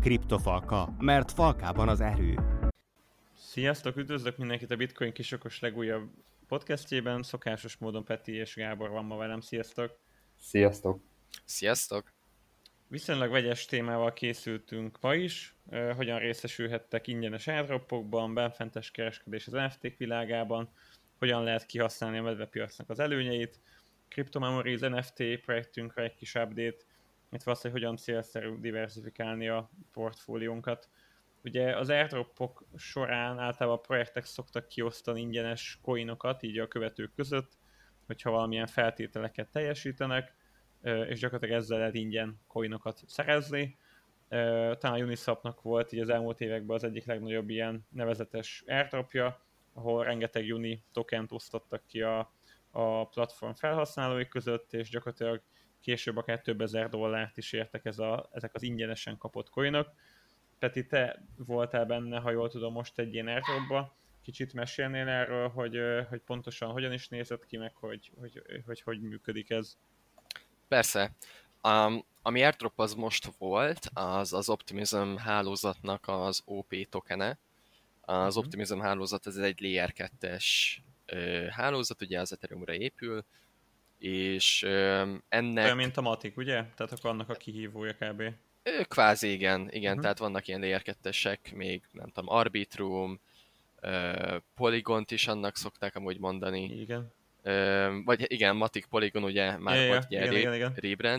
Kriptofalka, mert falkában az erő. Sziasztok, üdvözlök mindenkit a Bitcoin kisokos legújabb podcastjében. Szokásos módon Peti és Gábor van ma velem. Sziasztok! Sziasztok! Sziasztok! Viszonylag vegyes témával készültünk ma is. Hogyan részesülhettek ingyenes airdropokban, benfentes kereskedés az NFT-k világában, hogyan lehet kihasználni a medvepiacnak az előnyeit, CryptoMemories NFT projektünkre egy kis update, illetve az, hogy hogyan célszerű diversifikálni a portfóliónkat. Ugye az airdropok során általában a projektek szoktak kiosztani ingyenes coinokat, így a követők között, hogyha valamilyen feltételeket teljesítenek, és gyakorlatilag ezzel lehet ingyen coinokat szerezni. Talán a Uniswapnak volt így az elmúlt években az egyik legnagyobb ilyen nevezetes airdropja, ahol rengeteg Uni tokent osztottak ki a platform felhasználói között, és gyakorlatilag később akár több ezer dollárt is értek ezek az ingyenesen kapott coinok. Peti, te voltál benne, ha jól tudom, most egy ilyen airdropba. Kicsit mesélnél erről, hogy pontosan hogyan is nézett ki, meg hogy működik ez? Persze. Ami airdrop az most volt, az Optimism hálózatnak az OP tokene. Az Optimism hálózat ez egy Layer 2-es hálózat, ugye az Ethereumra épül, és ennek... Olyan, mint a Matic, ugye? Tehát akkor annak a kihívója kb. Kvázi igen, tehát vannak ilyen Layer 2-esek, még nem tudom, Arbitrum, Polygont is annak szokták amúgy mondani. Igen. Vagy igen, Matic Polygon ugye már volt igen. rebrand.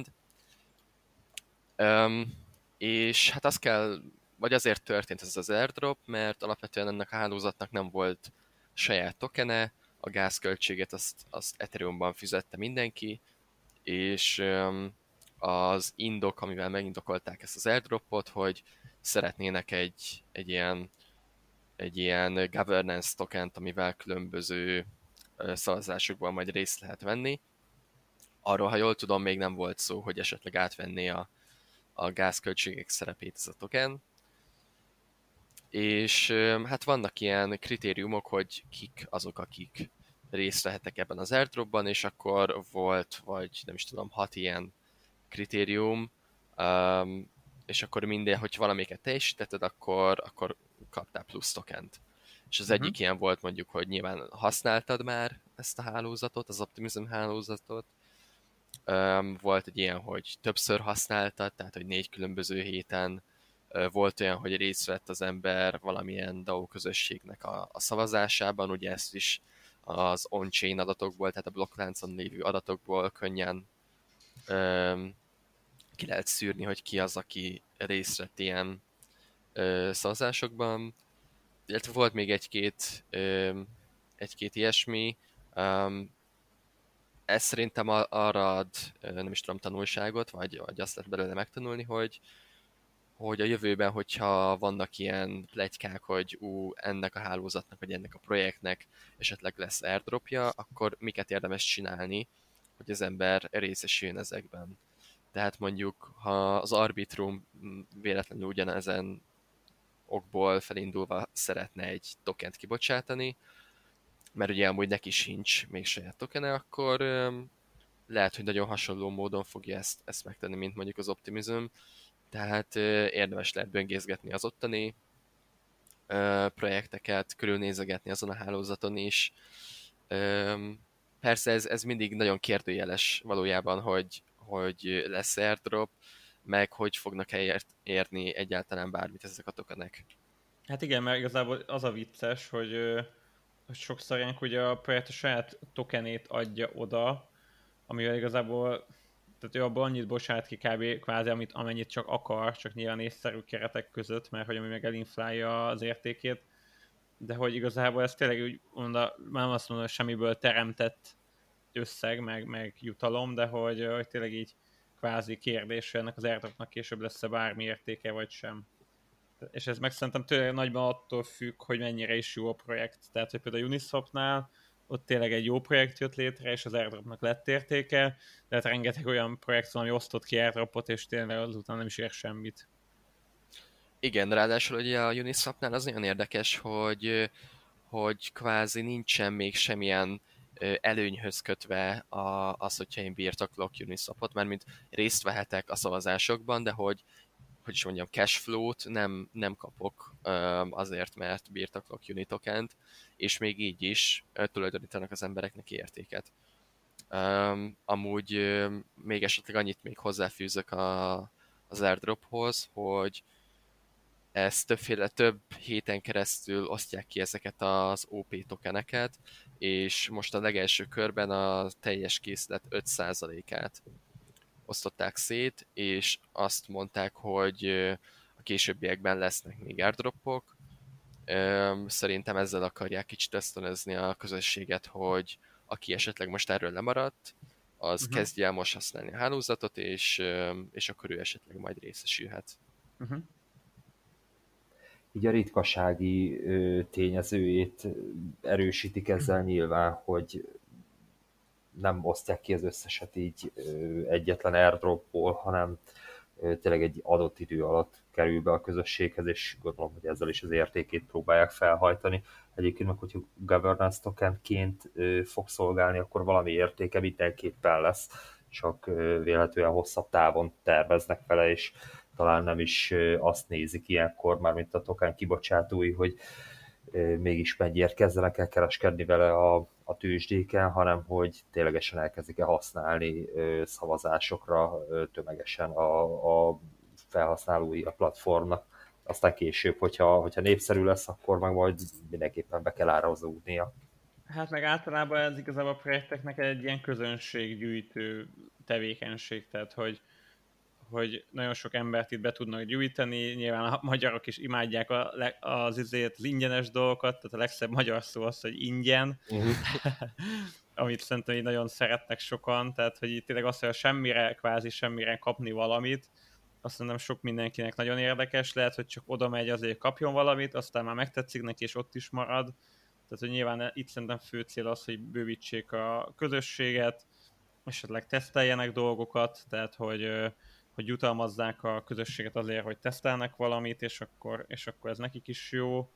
És hát az kell, vagy azért történt ez az airdrop, mert alapvetően ennek a hálózatnak nem volt saját tokene, a gázköltséget azt Ethereumban fizette mindenki, és az indok, amivel megindokolták ezt az airdropot, hogy szeretnének egy ilyen governance tokent, amivel különböző szavazásokban majd részt lehet venni. Arról, ha jól tudom, még nem volt szó, hogy esetleg átvenné a gázköltségek szerepét ez a token. És hát vannak ilyen kritériumok, hogy kik azok, akik részt vehetnek ebben az airdropban, és akkor volt, vagy nem is tudom, 6 ilyen kritérium, és akkor minden, hogy valamiket teljesítetted, akkor kaptál plusz tokent. És az egyik ilyen volt mondjuk, hogy nyilván használtad már ezt a hálózatot, az Optimism hálózatot. Volt egy ilyen, hogy többször használtad, tehát hogy 4 különböző héten. Volt olyan, hogy részt vett az ember valamilyen DAO közösségnek a szavazásában, ugye ezt is az on-chain adatokból, tehát a blokkláncon lévő adatokból könnyen ki lehet szűrni, hogy ki az, aki részt vett ilyen szavazásokban. Illetve volt még egy-két ilyesmi. Ez szerintem arra ad, nem is tudom, tanulságot, vagy azt lehet belőle megtanulni, hogy a jövőben, hogyha vannak ilyen pletykák, hogy ennek a hálózatnak, vagy ennek a projektnek esetleg lesz airdropja, akkor miket érdemes csinálni, hogy az ember részesüljön ezekben. Tehát mondjuk, ha az Arbitrum véletlenül ugyanezen okból felindulva szeretne egy tokent kibocsátani, mert ugye amúgy neki sincs még saját tokene, akkor lehet, hogy nagyon hasonló módon fogja ezt megtenni, mint mondjuk az Optimism. Tehát érdemes lehet böngészgetni az ottani projekteket, körülnézegetni azon a hálózaton is. Persze ez mindig nagyon kérdőjeles valójában, hogy lesz airdrop, meg hogy fognak érni egyáltalán bármit ezek a tokenek. Hát igen, mert igazából az a vicces, hogy sokszor ilyenkor ugye a projekt a saját tokenét adja oda, amivel igazából, tehát ő abból annyit bocsát ki kb. Kvázi, amennyit csak akar, csak nyilván észszerű keretek között, mert hogy ami meg elinflálja az értékét, de hogy igazából ez tényleg úgy nem azt mondom, hogy semmiből teremtett összeg, meg jutalom, de hogy tényleg így kvázi kérdés, hogy ennek az airdropnak később lesz-e bármi értéke, vagy sem. És ez meg szerintem tényleg nagyban attól függ, hogy mennyire is jó a projekt. Tehát, hogy például a Uniswapnál ott tényleg egy jó projekt jött létre, és az airdropnak lett értéke, de hát rengeteg olyan projekt van, ami osztott ki airdropot, és tényleg azután nem is ér semmit. Igen, ráadásul ugye a Uniswapnál az nagyon érdekes, hogy kvázi nincsen még semmilyen előnyhöz kötve az, hogyha én birtoklok Uniswapot, mármint részt vehetek a szavazásokban, de hogy hogy is mondjam, cashflow-t nem kapok, azért, mert birtoklok Unitokent, és még így is tulajdonítanak az embereknek értéket. Amúgy még esetleg annyit még hozzáfűzök az airdrophoz, hogy ezt több héten keresztül osztják ki ezeket az OP tokeneket, és most a legelső körben a teljes készlet 5%-át osztották szét, és azt mondták, hogy a későbbiekben lesznek még airdropok. Szerintem ezzel akarják kicsit ösztönözni a közösséget, hogy aki esetleg most erről lemaradt, az kezdje el most használni a hálózatot, és akkor ő esetleg majd részesülhet. Így a ritkasági tényezőjét erősítik ezzel nyilván, hogy nem osztják ki az összeset így egyetlen airdropból, hanem tényleg egy adott idő alatt kerül be a közösséghez, és gondolom, hogy ezzel is az értékét próbálják felhajtani. Egyébként meg, hogyha governance tokenként fog szolgálni, akkor valami értéke mindenképpen lesz, csak véletlenül hosszabb távon terveznek vele, és talán nem is azt nézik ilyenkor, már mint a token kibocsátói, hogy mégis mennyiért kezdenek el kereskedni vele a tőzsdéken, hanem hogy ténylegesen elkezdik-e használni szavazásokra tömegesen a felhasználói a platformnak. Aztán később, hogyha népszerű lesz, akkor meg majd mindenképpen be kell árazódnia. Hát meg általában ez igazából a projekteknek egy ilyen közönséggyűjtő tevékenység, tehát hogy nagyon sok embert itt be tudnak gyűjteni, nyilván a magyarok is imádják az ingyenes dolgokat, tehát a legszebb magyar szó az, hogy ingyen, amit szerintem így nagyon szeretnek sokan, tehát hogy itt tényleg azt, hogy kvázi semmire kapni valamit, azt szerintem sok mindenkinek nagyon érdekes, lehet, hogy csak oda megy azért kapjon valamit, aztán már megtetszik neki, és ott is marad, tehát hogy nyilván itt szerintem fő cél az, hogy bővítsék a közösséget, esetleg teszteljenek dolgokat, tehát hogy jutalmazzák a közösséget azért, hogy tesztelnek valamit, és akkor ez nekik is jó.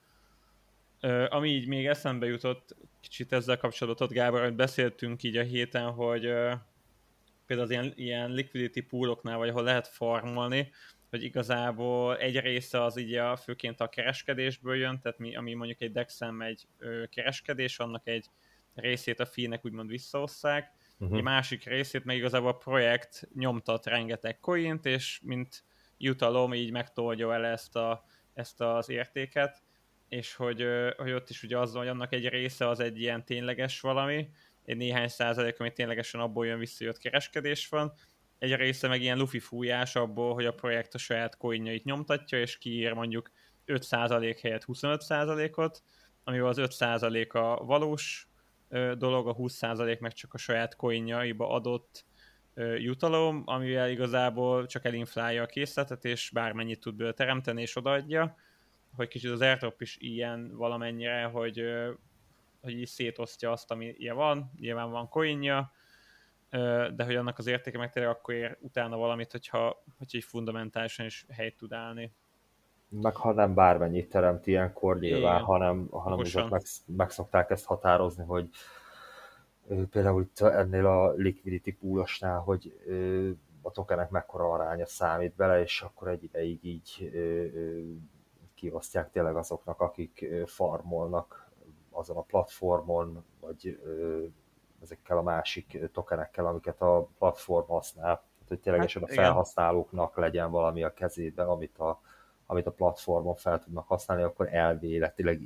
Ami így még eszembe jutott, kicsit ezzel kapcsolatban, Gábor, hogy beszéltünk így a héten, hogy például az ilyen liquidity pooloknál, vagy ahol lehet farmolni, hogy igazából egy része az így főként a kereskedésből jön, tehát ami mondjuk egy DEX-en egy kereskedés, annak egy részét a fee-nek úgymond visszaosszák, egy másik részét meg igazából a projekt nyomtat rengeteg coint, és mint jutalom így megtolja el ezt az értéket, és hogy ott is ugye az, hogy annak egy része az egy ilyen tényleges valami, egy néhány százalék, ami ténylegesen abból jön visszajött kereskedés van, egy része meg ilyen lufi fújás abból, hogy a projekt a saját coinjait nyomtatja, és kiír mondjuk 5% helyett 25%-ot, amivel az 5% a valós dolog, a 20% meg csak a saját coinjaiba adott jutalom, amivel igazából csak elinflálja a készletet, és bármennyit tud belőle teremteni, és odaadja, hogy kicsit az airdrop is ilyen valamennyire, hogy így szétosztja azt, ami ilyen van, nyilván van coinja, de hogy annak az értéke meg tényleg akkor ér utána valamit, hogyha így fundamentálisan is helyt tud állni. Meg ha nem bármennyit teremt ilyenkor nyilván, hanem meg szokták ezt határozni, hogy például itt ennél a liquidity poolosnál, hogy a tokenek mekkora aránya számít bele, és akkor egy ideig így kiosztják tényleg azoknak, akik farmolnak azon a platformon, vagy ezekkel a másik tokenekkel, amiket a platform használ. Tehát, hogy ténylegesen a felhasználóknak legyen valami a kezében, amit a platformon fel tudnak használni, akkor elvéletileg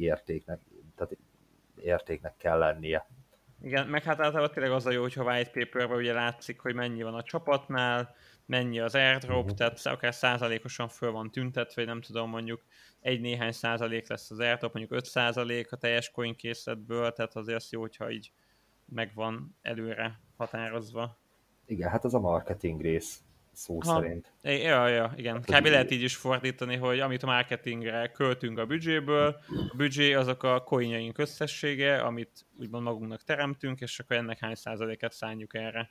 értéknek kell lennie. Igen, meg hát általában tényleg az a jó, hogyha white paperben ugye látszik, hogy mennyi van a csapatnál, mennyi az airdrop, tehát akár százalékosan föl van tüntetve, vagy nem tudom, mondjuk egy néhány százalék lesz az airdrop, mondjuk 5% a teljes coin készletből, tehát azért az jó, hogyha így meg van előre határozva. Igen, hát az a marketing rész szó szerint. Ja, igen. Kb. Lehet így is fordítani, hogy amit a marketingre költünk a büdzséből, a büdzsé azok a coinjaink összessége, amit úgymond magunknak teremtünk, és akkor ennek hány százaléket szánjuk erre.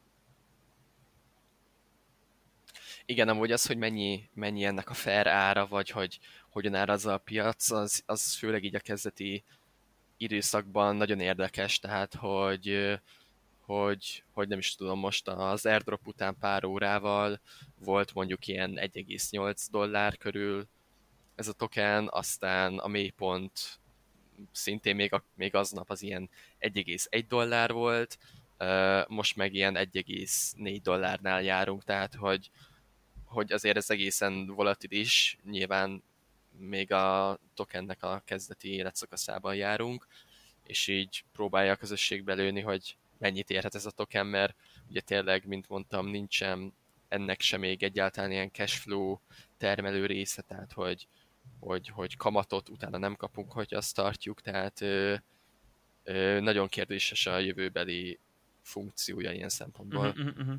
Igen, amúgy az, hogy mennyi ennek a fair ára, vagy hogy hogyan árazza a piac, az főleg így a kezdeti időszakban nagyon érdekes, tehát hogy hogy nem is tudom, most az airdrop után pár órával volt mondjuk ilyen $1,8 körül ez a token, aztán a mélypont szintén még aznap az ilyen $1,1 volt, most meg ilyen $1,4 járunk, tehát hogy azért ez egészen volatilis, nyilván még a tokennek a kezdeti életszakaszában járunk, és így próbálja a közösség belőni, hogy mennyit érhet ez a token, mert ugye tényleg, mint mondtam, nincsen ennek sem még egyáltalán ilyen cashflow termelő része, tehát hogy kamatot utána nem kapunk, hogy azt tartjuk, tehát nagyon kérdéses a jövőbeli funkciója ilyen szempontból.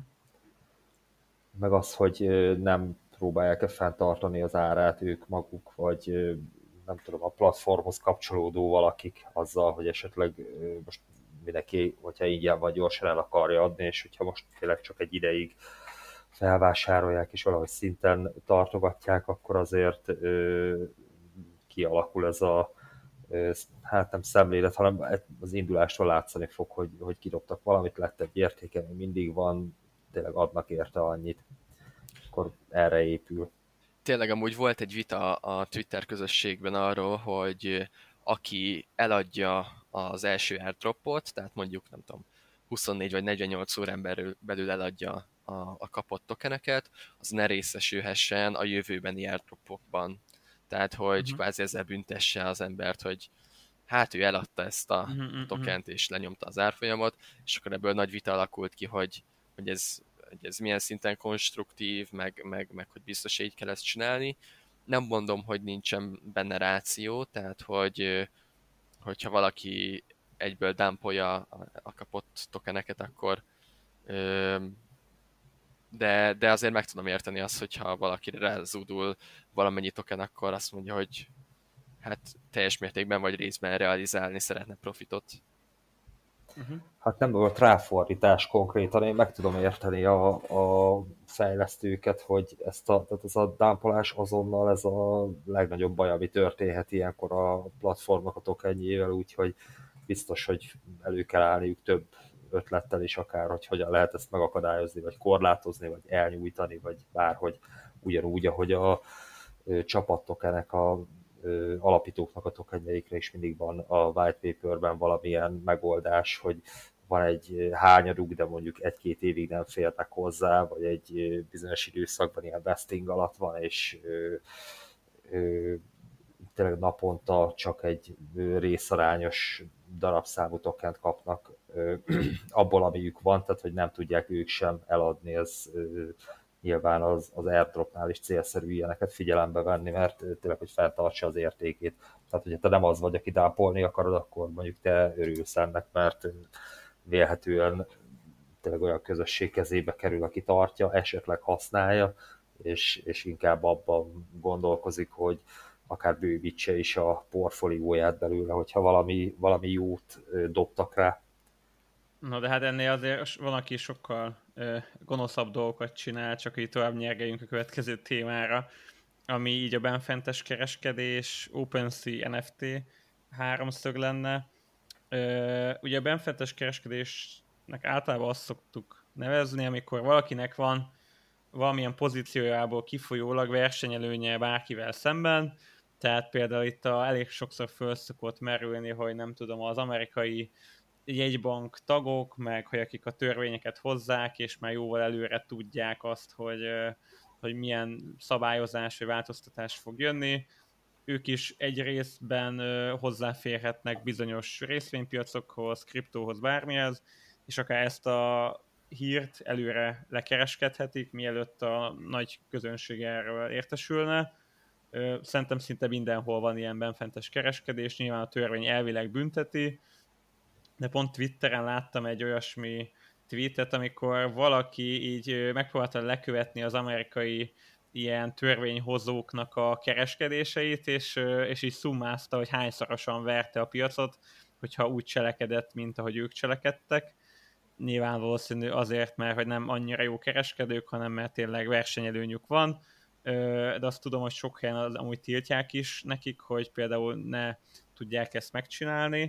Meg az, hogy nem próbálják-e fenntartani az árát ők maguk, vagy nem tudom, a platformhoz kapcsolódó valakik azzal, hogy esetleg most mindenki, hogyha ingyen vagy gyorsan el akarja adni, és hogyha most tényleg csak egy ideig felvásárolják és valahogy szinten tartogatják, akkor azért kialakul ez a hát nem szemlélet, hanem az indulástól látszani fog, hogy kidobtak valamit, lett egy értéke, még mindig van, tényleg adnak érte annyit. Akkor erre épül. Tényleg amúgy volt egy vita a Twitter közösségben arról, hogy aki eladja az első airdropot, tehát mondjuk nem tudom, 24 vagy 48 órán belül eladja a kapott tokeneket, az ne részesülhessen a jövőbeni airdropokban. Tehát, hogy kvázi ezzel büntesse az embert, hogy hát ő eladta ezt a tokent és lenyomta az árfolyamot, és akkor ebből nagy vita alakult ki, hogy ez milyen szinten konstruktív, meg hogy biztos így kell ezt csinálni. Nem mondom, hogy nincsen benne ráció, tehát hogyha valaki egyből dumpolja a kapott tokeneket, akkor de azért meg tudom érteni azt, hogyha valakire rázúdul valamennyi token, akkor azt mondja, hogy hát teljes mértékben vagy részben realizálni szeretne profitot. Hát nem volt ráfordítás konkrétan, én meg tudom érteni a fejlesztőket, hogy tehát ez a dumpolás azonnal ez a legnagyobb baj, ami történhet ilyenkor a platformok a tokenjével, úgyhogy biztos, hogy elő kell állniuk több ötlettel is akár, hogy hogyan lehet ezt megakadályozni, vagy korlátozni, vagy elnyújtani, vagy bárhogy ugyanúgy, ahogy a csapattokenek alapítóknak a tokenjeikre is mindig van a white paperben valamilyen megoldás, hogy van egy hányaduk, de mondjuk 1-2 évig nem férnek hozzá, vagy egy bizonyos időszakban ilyen vesting alatt van, és tényleg naponta csak egy részarányos darabszámú tokent kapnak abból, amiük van, tehát hogy nem tudják ők sem eladni, ez nyilván az airdropnál is célszerű ilyeneket figyelembe venni, mert tényleg, hogy fenntartsa az értékét. Tehát, hogyha te nem az vagy, aki dápolni akarod, akkor mondjuk te örülsz ennek, mert vélhetően tényleg olyan közösség kezébe kerül, aki tartja, esetleg használja, és inkább abban gondolkozik, hogy akár bővítse is a portfólióját belőle, hogyha valami jót dobtak rá. Na de hát ennél azért van, aki sokkal gonoszabb dolgokat csinál, csak így tovább nyergeljünk a következő témára, ami így a benfentes kereskedés, OpenSea, NFT háromszög lenne. Ugye a benfentes kereskedésnek általában azt szoktuk nevezni, amikor valakinek van valamilyen pozíciójából kifolyólag versenyelőnye bárkivel szemben, tehát például itt elég sokszor föl szokott merülni, hogy nem tudom, az amerikai jegybank tagok, meg hogy akik a törvényeket hozzák, és már jóval előre tudják azt, hogy milyen szabályozás vagy változtatás fog jönni. Ők is egy részben hozzáférhetnek bizonyos részvénypiacokhoz, kriptóhoz, bármihez, és akár ezt a hírt előre lekereskedhetik, mielőtt a nagy közönség erről értesülne. Szerintem szinte mindenhol van ilyen benfentes kereskedés, nyilván a törvény elvileg bünteti, de pont Twitteren láttam egy olyasmi tweetet, amikor valaki így megpróbálta lekövetni az amerikai ilyen törvényhozóknak a kereskedéseit, és így szummázta, hogy hányszorosan verte a piacot, hogyha úgy cselekedett, mint ahogy ők cselekedtek. Nyilván valószínű azért, mert hogy nem annyira jó kereskedők, hanem mert tényleg versenyelőnyük van, de azt tudom, hogy sok helyen amúgy tiltják is nekik, hogy például ne tudják ezt megcsinálni.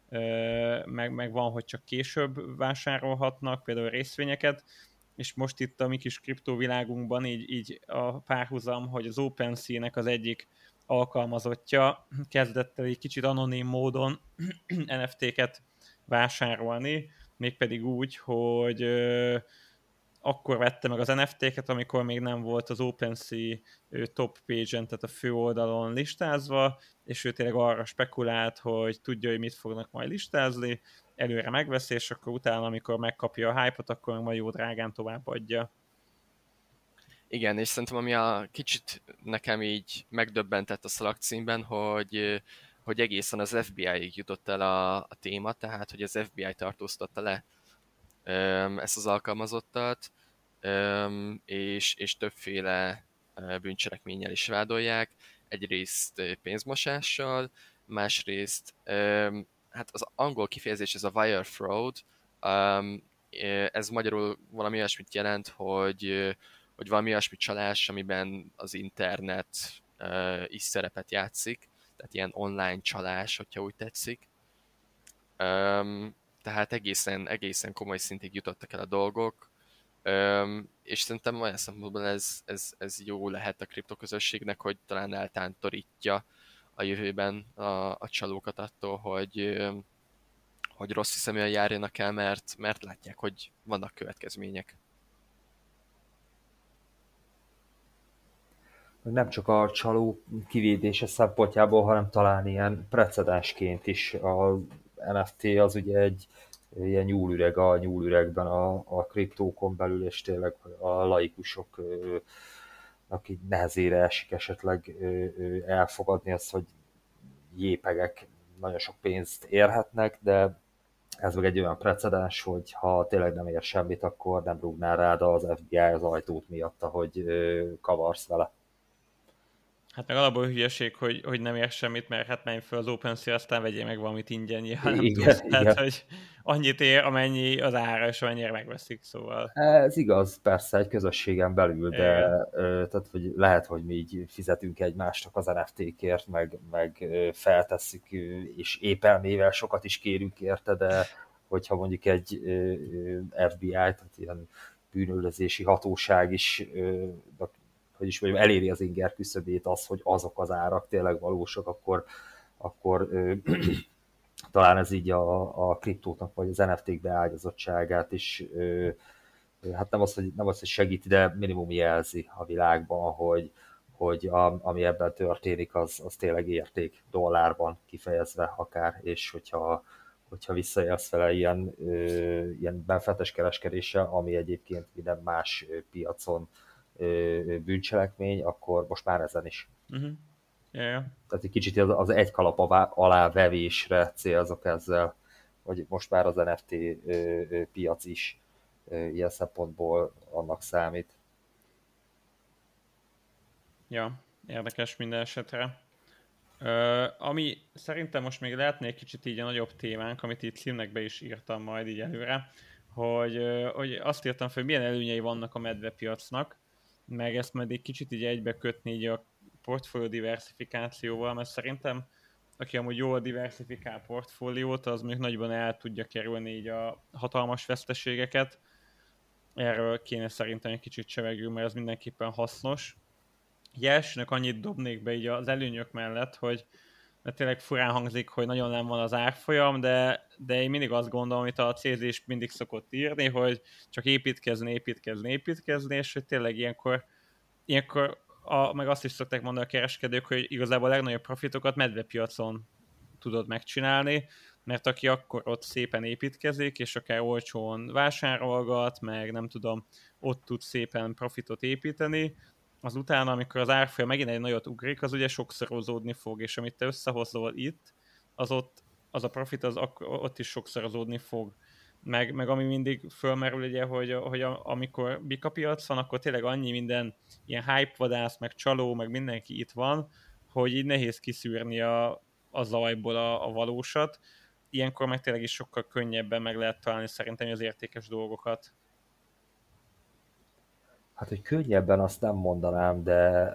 meg van, hogy csak később vásárolhatnak, például részvényeket, és most itt a mi kis kriptovilágunkban így a párhuzam, hogy az OpenSea-nek az egyik alkalmazottja kezdett el egy kicsit anonim módon NFT-ket vásárolni, mégpedig úgy, hogy akkor vette meg az NFT-ket, amikor még nem volt az OpenSea top page-en, tehát a fő oldalon listázva, és ő tényleg arra spekulált, hogy tudja, hogy mit fognak majd listázni, előre megveszi, és akkor utána, amikor megkapja a hype-ot, akkor majd jó drágán továbbadja. Igen, és szerintem ami a kicsit nekem így megdöbbentett a szalagcímben, hogy egészen az FBI-ig jutott el a téma, tehát hogy az FBI tartóztatta le ezt az alkalmazottat, és többféle bűncselekménnyel is vádolják. Egyrészt pénzmosással, másrészt, hát az angol kifejezés ez a wire fraud, ez magyarul valami olyasmit jelent, hogy valami olyasmi csalás, amiben az internet is szerepet játszik, tehát ilyen online csalás, hogyha úgy tetszik. Tehát egészen komoly szintig jutottak el a dolgok, és szerintem olyan szempontból ez jó lehet a kriptoközösségnek, hogy talán eltántorítja a jövőben a csalókat attól, hogy rossz hiszeműen járjanak el, mert látják, hogy vannak következmények. Nem csak a csaló kivédése szempontjából, hanem talán ilyen precedensként is. A NFT az ugye egy ilyen nyúlüreg a nyúlüregben a kriptókon belül, és tényleg a laikusok, akik nehezére esik esetleg elfogadni azt, hogy jépegek nagyon sok pénzt érhetnek, de ez meg egy olyan precedens, hogy ha tényleg nem ér semmit, akkor nem rúgná rád az FBI az ajtót miatt, hogy kavarsz vele. Hát meg alapból hülyeség, hogy nem ér semmit, mert hát menj fel az OpenSea, aztán vegyél meg valamit ingyen, ha nem tudsz. Tehát, hogy annyit ér, amennyi az ára, és amennyire megveszik, szóval. Ez igaz, persze egy közösségen belül, de tehát, hogy lehet, hogy mi így fizetünk egymásnak az NFT-kért, meg feltesszük, és épelmével sokat is kérünk érte, de hogyha mondjuk egy FBI, tehát ilyen bűnöldözési hatóság is hogy is mondjam, eléri az inger küszöbét az, hogy azok az árak tényleg valósak, akkor talán ez így a kriptóknak vagy az NFT-k beágyazottságát is hát nem az, hogy segíti, de minimum jelzi a világban, hogy ami ebben történik, az tényleg érték dollárban kifejezve akár, és hogyha visszajelsz vele ilyen benfentes kereskedéssel, ami egyébként minden más piacon bűncselekmény, akkor most már ezen is. Uh-huh. Yeah. Tehát egy kicsit az egy kalap alá vevésre célzok ezzel, hogy most már az NFT piac is ilyen szempontból annak számít. Ja, érdekes minden esetre. Ami szerintem most még lehetne egy kicsit így a nagyobb témánk, amit itt címnek is írtam majd így előre, hogy azt írtam fel, hogy milyen előnyei vannak a medvepiacnak, meg ezt majd egy kicsit így egybekötni így a portfólió diversifikációval, mert szerintem aki amúgy jól diversifikál portfóliót, az még nagyban el tudja kerülni így a hatalmas veszteségeket. Erről kéne szerintem egy kicsit csevegünk, mert ez mindenképpen hasznos. Elsőnek annyit dobnék be így az előnyök mellett, hogy mert tényleg furán hangzik, hogy nagyon nem van az árfolyam, de én mindig azt gondolom, amit a CZ is mindig szokott írni, hogy csak építkezni, és hogy tényleg ilyenkor meg azt is szokták mondani a kereskedők, hogy igazából a legnagyobb profitokat medvepiacon tudod megcsinálni, mert aki akkor ott szépen építkezik, és akár olcsón vásárolgat, meg nem tudom, ott tud szépen profitot építeni, az utána, amikor az árfolyam megint egy nagyot ugrik, az ugye sokszorozódni fog, és amit te összehozol itt, az a profit az ott is sokszorozódni fog. Meg ami mindig fölmerül, ugye, hogy amikor bika piac van, akkor tényleg annyi minden ilyen hype vadász, meg csaló, meg mindenki itt van, hogy így nehéz kiszűrni a zajból a valósat. Ilyenkor meg tényleg is sokkal könnyebben meg lehet találni szerintem az értékes dolgokat. Hát, hogy könnyebben azt nem mondanám, de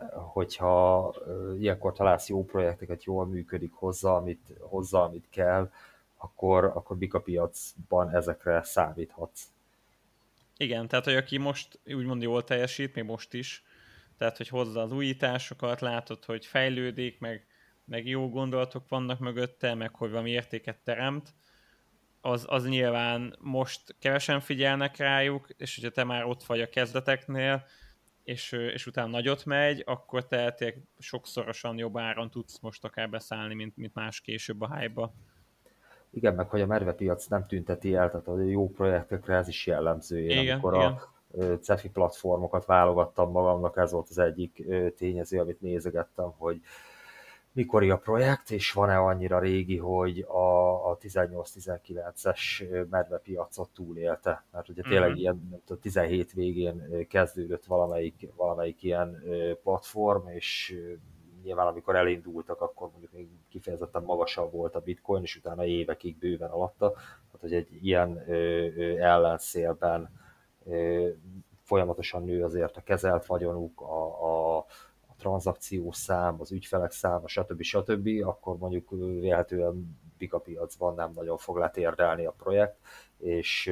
hogyha ilyenkor találsz jó projekteket, jól működik hozzá, amit kell, akkor Bika piacban ezekre számíthatsz. Igen, tehát hogy aki most úgymond jól teljesít, még most is, tehát hogy hozza az újításokat, látod, hogy fejlődik, meg jó gondolatok vannak mögötte, meg hogy valami értéket teremt, az nyilván most kevesen figyelnek rájuk, és hogyha te már ott vagy a kezdeteknél, és utána nagyot megy, akkor te sokszorosan jobb áron tudsz most akár beszállni, mint más később a hype-ba. Igen, meg hogy a medvepiac nem tünteti el, tehát a jó projektekre ez is jellemző. Én Igen, amikor igen. a CEFI platformokat válogattam magamnak, ez volt az egyik tényező, amit nézegettem, hogy mikori a projekt, és van-e annyira régi, hogy a 18-19-es medvepiacot túlélte. Mert ugye tényleg ilyen, nem tudom, 17 végén kezdődött valamelyik ilyen platform, és nyilván amikor elindultak, akkor mondjuk még kifejezetten magasabb volt a bitcoin, és utána évekig bőven alatta. Tehát, hogy egy ilyen ellenszélben folyamatosan nő azért a kezelt vagyonuk, a tranzakciós szám, az ügyfelek száma, stb. Akkor mondjuk véletlenül Bika piacban nem nagyon fog letérdelni a projekt, és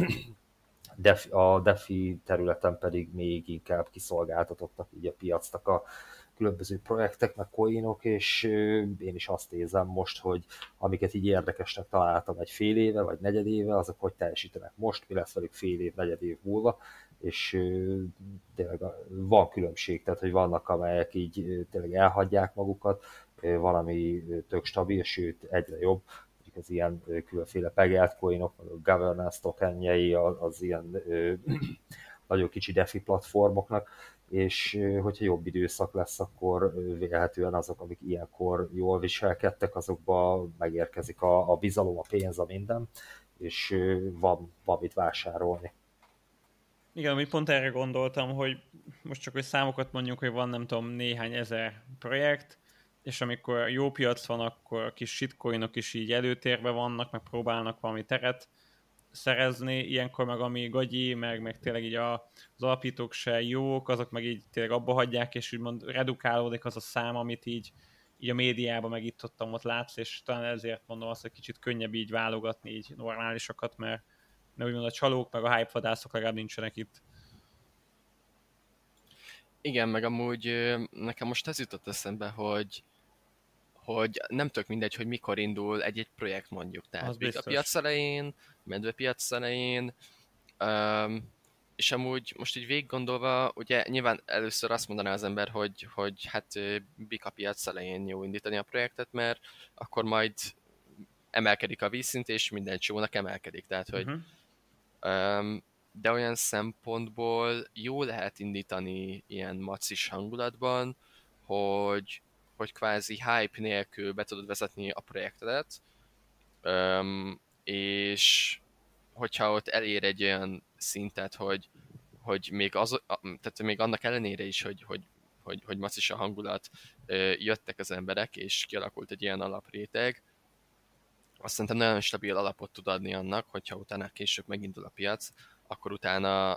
a DeFi területen pedig még inkább kiszolgáltatottak így a piacnak a különböző projektek, meg coinok, és én is azt érzem most, hogy amiket így érdekesnek találtam egy fél éve, vagy negyed éve, azok hogy teljesítenek most, mi lesz velük fél év, negyed év múlva, és tényleg van különbség, tehát hogy vannak, amelyek így tényleg elhagyják magukat, valami tök stabil, sőt egyre jobb, az ilyen különféle pegelt coinok, a governance tokenjei, az ilyen nagyon kicsi DeFi platformoknak, és hogyha jobb időszak lesz, akkor vélhetően azok, amik ilyenkor jól viselkedtek, azokba megérkezik a bizalom, a pénz, a minden, és van mit vásárolni. Igen, amit pont erre gondoltam, hogy most csak hogy számokat mondjuk, hogy van nem tudom néhány ezer projekt, és amikor jó piac van, akkor a kis shitcoinok is így előtérbe vannak, meg próbálnak valami teret szerezni, ilyenkor meg ami gagyi, meg tényleg így az alapítók se jók, azok meg így tényleg abba hagyják, és úgymond redukálódik az a szám, amit így a médiában meg itt ott látsz, és talán ezért mondom azt, hogy kicsit könnyebb így válogatni így normálisokat, mert úgymond a csalók, meg a hype vadászok legalább nincsenek itt. Igen, meg amúgy nekem most ez jutott eszembe, hogy nem tök mindegy, hogy mikor indul egy-egy projekt mondjuk. Tehát a piac elején, medvepiac elején, és amúgy most így végig gondolva, ugye nyilván először azt mondaná az ember, hogy hát Bika piac elején jó indítani a projektet, mert akkor majd emelkedik a vízszint, és minden csónak emelkedik. Tehát, hogy de olyan szempontból jó lehet indítani ilyen macis hangulatban, hogy kvázi hype nélkül be tudod vezetni a projektedet, és hogyha ott elér egy olyan szintet, hogy még, tehát még annak ellenére is, hogy macis a hangulat, jöttek az emberek, és kialakult egy ilyen alapréteg, azt szerintem nagyon stabil alapot tud adni annak, hogyha utána később megindul a piac, akkor utána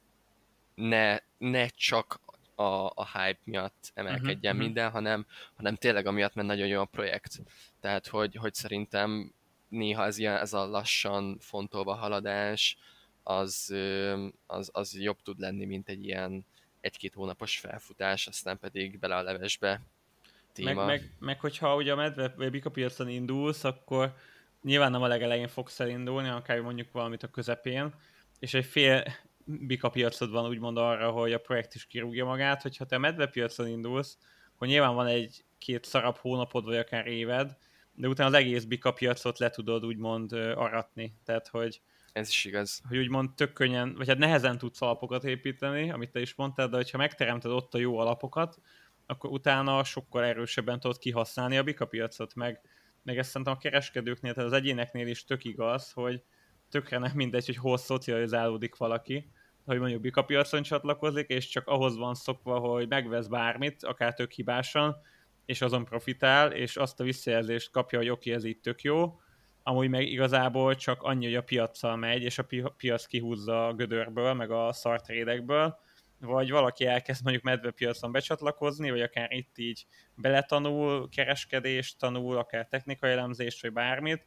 ne csak a hype miatt emelkedjen minden, hanem tényleg amiatt, mert nagyon jó a projekt. Tehát, hogy szerintem néha ez a lassan fontolva haladás, az jobb tud lenni, mint egy ilyen 1-2 hónapos felfutás, aztán pedig bele a levesbe téma. Meg hogyha ugye a medve vagy a Bika piacon indulsz, akkor nyilván nem a legelején fogsz elindulni, akár mondjuk valamit a közepén, és egy fél Bika piacod van úgymond arra, hogy a projekt is kirúgja magát, hogyha te a medvepiacon indulsz, akkor nyilván van egy-két szarabb hónapod, vagy akár éved, de utána az egész Bika piacot le tudod úgymond aratni. Tehát, hogy ez is igaz. Hogy úgymond tök könnyen, vagy hát nehezen tudsz alapokat építeni, amit te is mondtad, de hogyha megteremted ott a jó alapokat, akkor utána sokkal erősebben tudod kihasználni a Bika piacot, meg ezt szerintem a kereskedőknél, tehát az egyéneknél is tök igaz, hogy tökre nem mindegy, hogy hol szocializálódik valaki, hogy mondjuk Bika piacon csatlakozik, és csak ahhoz van szokva, hogy megvesz bármit, akár tök hibásan, és azon profitál, és azt a visszajelzést kapja, hogy oké, ez így tök jó, amúgy meg igazából csak annyi, hogy a piaccal megy, és a piac kihúzza a gödörből, meg a szartrédekből, vagy valaki elkezd mondjuk medvepiacon becsatlakozni, vagy akár itt így beletanul, kereskedést tanul, akár technikai elemzést, vagy bármit,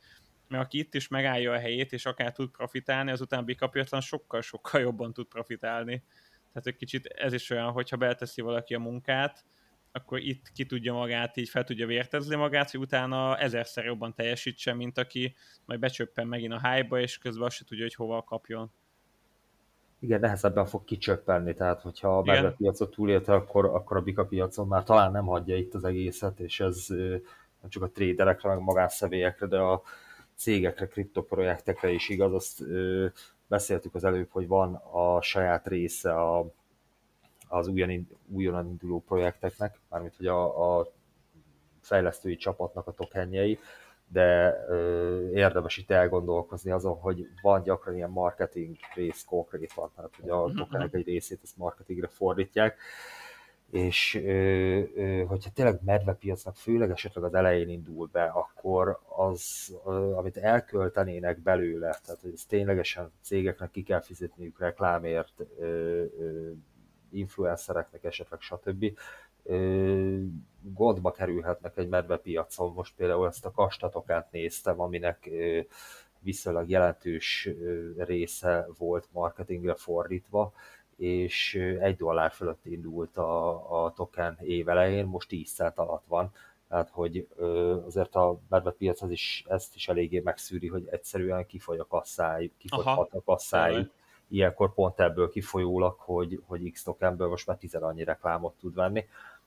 mert aki itt is megállja a helyét, és akár tud profitálni, azután bikapiacon sokkal-sokkal jobban tud profitálni. Tehát egy kicsit ez is olyan, hogyha belteszi valaki a munkát, akkor itt ki tudja magát, így fel tudja vértezni magát, hogy utána ezerszer jobban teljesítsen, mint aki majd becsöppen megint a hype-ba, és közben azt se tudja, hogy hova kapjon. Igen, nehezebben fog kicsöppenni, tehát hogyha a medvepiacot túlélte, akkor a bika piacon már talán nem hagyja itt az egészet, és ez nem csak a traderekre, meg magánszemélyekre, de a cégekre, kriptoprojektekre is igaz. Azt beszéltük az előbb, hogy van a saját része az újonnan induló projekteknek, mármint hogy a fejlesztői csapatnak a tokenjei, de érdemes itt elgondolkozni azon, hogy van gyakran ilyen marketing rész konkrétan, tehát hogy a tokenek egy részét ezt marketingre fordítják, és hogyha tényleg medvepiacnak főleg esetleg az elején indul be, akkor az, amit elköltenének belőle, tehát hogy ez ténylegesen cégeknek ki kell fizetniük reklámért, influencereknek esetleg, stb. Gondba kerülhetnek egy medvepiacon. Most például ezt a kastatokát néztem, aminek viszonylag jelentős része volt marketingre fordítva, és $1 fölött indult a token évelején, most 10 cent alatt van. Tehát, hogy azért a medvepiac ezt is eléggé megszűri, hogy egyszerűen kifogyhat a kasszájuk. Ilyenkor pont ebből kifolyólag, hogy X tokenből most már 10 annyi reklámot tud venni,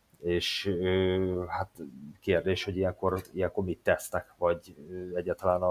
és hát kérdés, hogy ilyenkor mit tesznek, vagy egyáltalán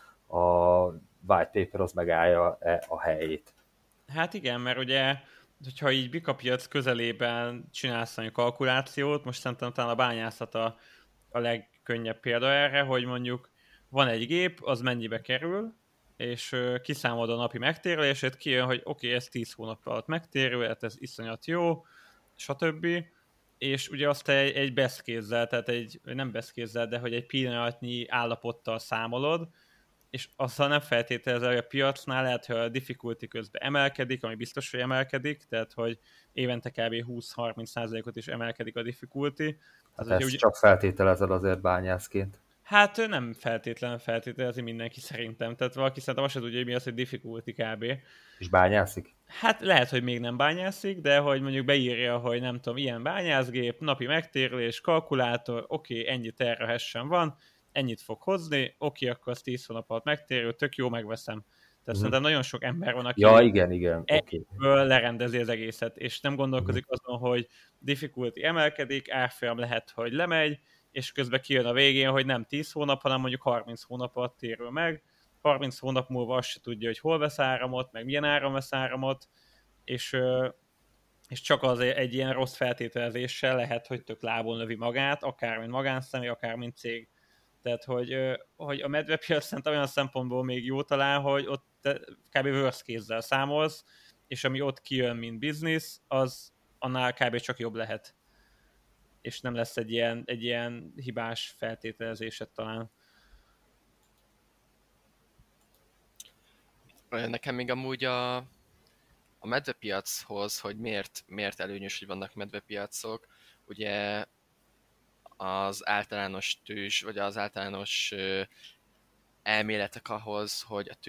a white paper az megállja a helyét. Hát igen, mert ugye, hogyha így bikapiac közelében csinálsz egy kalkulációt, most szerintem talán a bányászat a legkönnyebb példa erre, hogy mondjuk van egy gép, az mennyibe kerül, és kiszámolod a napi megtérülését, kijön, hogy oké, ez 10 hónap alatt megtérül, hát ez iszonyat jó, stb. És ugye azt egy best case-zel, tehát nem best case-zel, de hogy egy pillanatnyi állapottal számolod, és azzal nem feltételező, hogy a piacnál lehet, hogy a difficulty közben emelkedik, ami biztos, hogy emelkedik, tehát hogy évente kb. 20-30%-ot is emelkedik a difficulty. Hát ezt ugye csak feltételezed azért bányászként. Hát nem feltételezi mindenki szerintem. Tehát valaki szerintem azt se tudja, hogy mi az, hogy difficulty kb. És bányászik? Hát lehet, hogy még nem bányászik, de hogy mondjuk beírja, hogy nem tudom, ilyen bányászgép, napi megtérülés, kalkulátor, oké, ennyi terahash van, ennyit fog hozni, oké, akkor az 10 hónap alatt megtérül, tök jó, megveszem. Tehát szerintem nagyon sok ember van, aki igen. ebből lerendezi az egészet, és nem gondolkozik azon, hogy difficulty emelkedik, árfolyam lehet, hogy lemegy, és közben kijön a végén, hogy nem 10 hónap, hanem mondjuk 30 hónap alatt térül meg. 30 hónap múlva azt se tudja, hogy hol vesz áramot, meg milyen áram vesz áramot, és csak az egy ilyen rossz feltételezéssel lehet, hogy tök lábon lövi magát, akár mint magánszemély, akár mint cég. Tehát, hogy a medvepiac szerintem olyan szempontból még jó talán, hogy ott kb. Worst case-zel számolsz, és ami ott kijön, mint biznisz, az annál kb. Csak jobb lehet. És nem lesz egy ilyen hibás feltételezésed talán. Nekem még amúgy a medvepiachoz, hogy miért előnyös, hogy vannak medvepiacok, ugye az általános tőzs, vagy az általános elméletek ahhoz, hogy a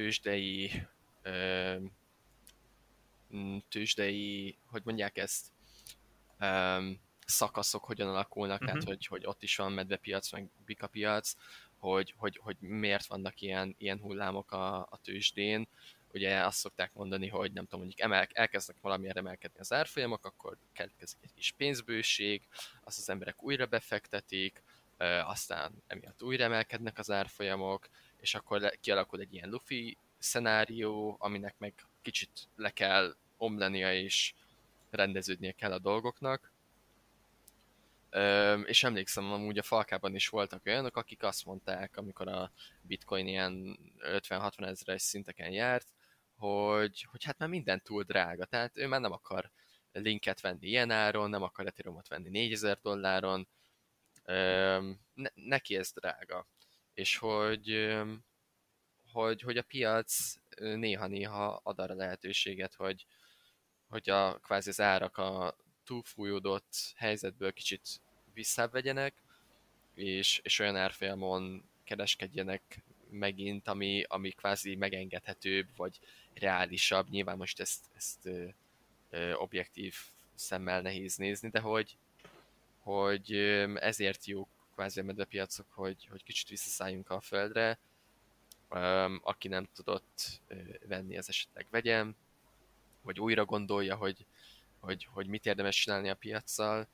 tőzsdei, hogy mondják ezt, szakaszok hogyan alakulnak, tehát hogy ott is van medvepiac, meg bikapiac, hogy miért vannak ilyen hullámok a tőzsdén. Ugye azt szokták mondani, hogy nem tudom, mondjuk elkezdnek valamilyen emelkedni az árfolyamok, akkor keletkezik egy kis pénzbőség, azt az emberek újra befektetik, aztán emiatt újra emelkednek az árfolyamok, és akkor kialakul egy ilyen lufi szenárió, aminek meg kicsit le kell omlania és rendeződnie kell a dolgoknak. És emlékszem, amúgy a Falkában is voltak olyanok, akik azt mondták, amikor a bitcoin ilyen 50-60 ezeres szinteken járt, hogy hát már minden túl drága, tehát ő már nem akar linket venni ilyen áron, nem akar Ethereumot venni $4000, neki ez drága. És hogy a piac néha-néha ad arra lehetőséget, hogy kvázi az árak a túlfújódott helyzetből kicsit visszább vegyenek, és olyan árfolyamon kereskedjenek, megint, ami kvázi megengedhetőbb, vagy reálisabb. Nyilván most ezt objektív szemmel nehéz nézni, de hogy ezért jó kvázi a medvepiacok, hogy kicsit visszaszálljunk a földre. Aki nem tudott venni, az esetleg vegyen, vagy újra gondolja, hogy mit érdemes csinálni a piaccal.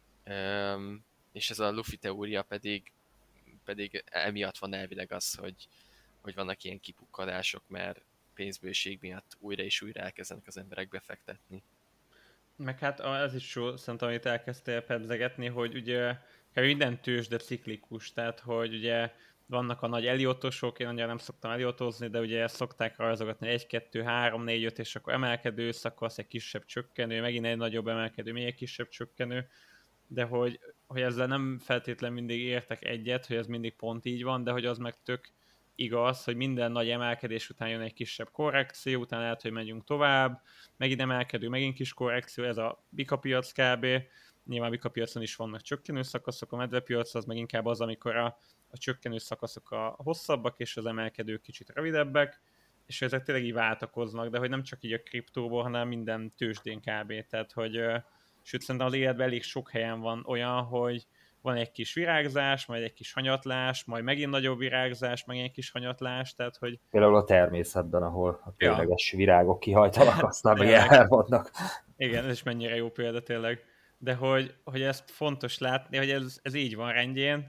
És ez a Luffy teória pedig emiatt van elvileg az, hogy vannak ilyen kipukkadások, mert pénzbőség miatt újra és újra elkezdenek az emberek befektetni. Meg hát ez is jó, szerintem, amit elkezdtél pedzegetni, hogy ugye minden tőzsde ciklikus, tehát hogy ugye vannak a nagy eliotosok, én annyira nem szoktam eliotozni, de ugye ezt szokták rajzogatni 1, 2, 3, 4, 5, és akkor emelkedő szakasz, egy kisebb csökkenő, megint egy nagyobb emelkedő, még egy kisebb csökkenő, de hogy ezzel nem feltétlenül mindig értek egyet, hogy ez mindig pont így van, de hogy az meg tök igaz, hogy minden nagy emelkedés után jön egy kisebb korrekció, utána lehet, hogy megyünk tovább, megint emelkedő, megint kis korrekció, ez a bikapiac kb. Nyilván bikapiacon is vannak csökkenő szakaszok, a medvepiac az meg inkább az, amikor a csökkenő szakaszok a hosszabbak, és az emelkedők kicsit rövidebbek, és ezek tényleg így váltakoznak, de hogy nem csak így a kriptóból, hanem minden tőzsdén kb. Tehát, hogy sőt, szerintem az életben elég sok helyen van olyan, hogy van egy kis virágzás, majd egy kis hanyatlás, majd megint nagyobb virágzás, megint egy kis hanyatlás, tehát hogy... Például a természetben, ahol a tényleges virágok kihajtanak, aztán meg elvannak. Igen, ez is mennyire jó példa tényleg. De hogy ezt fontos látni, hogy ez így van rendjén,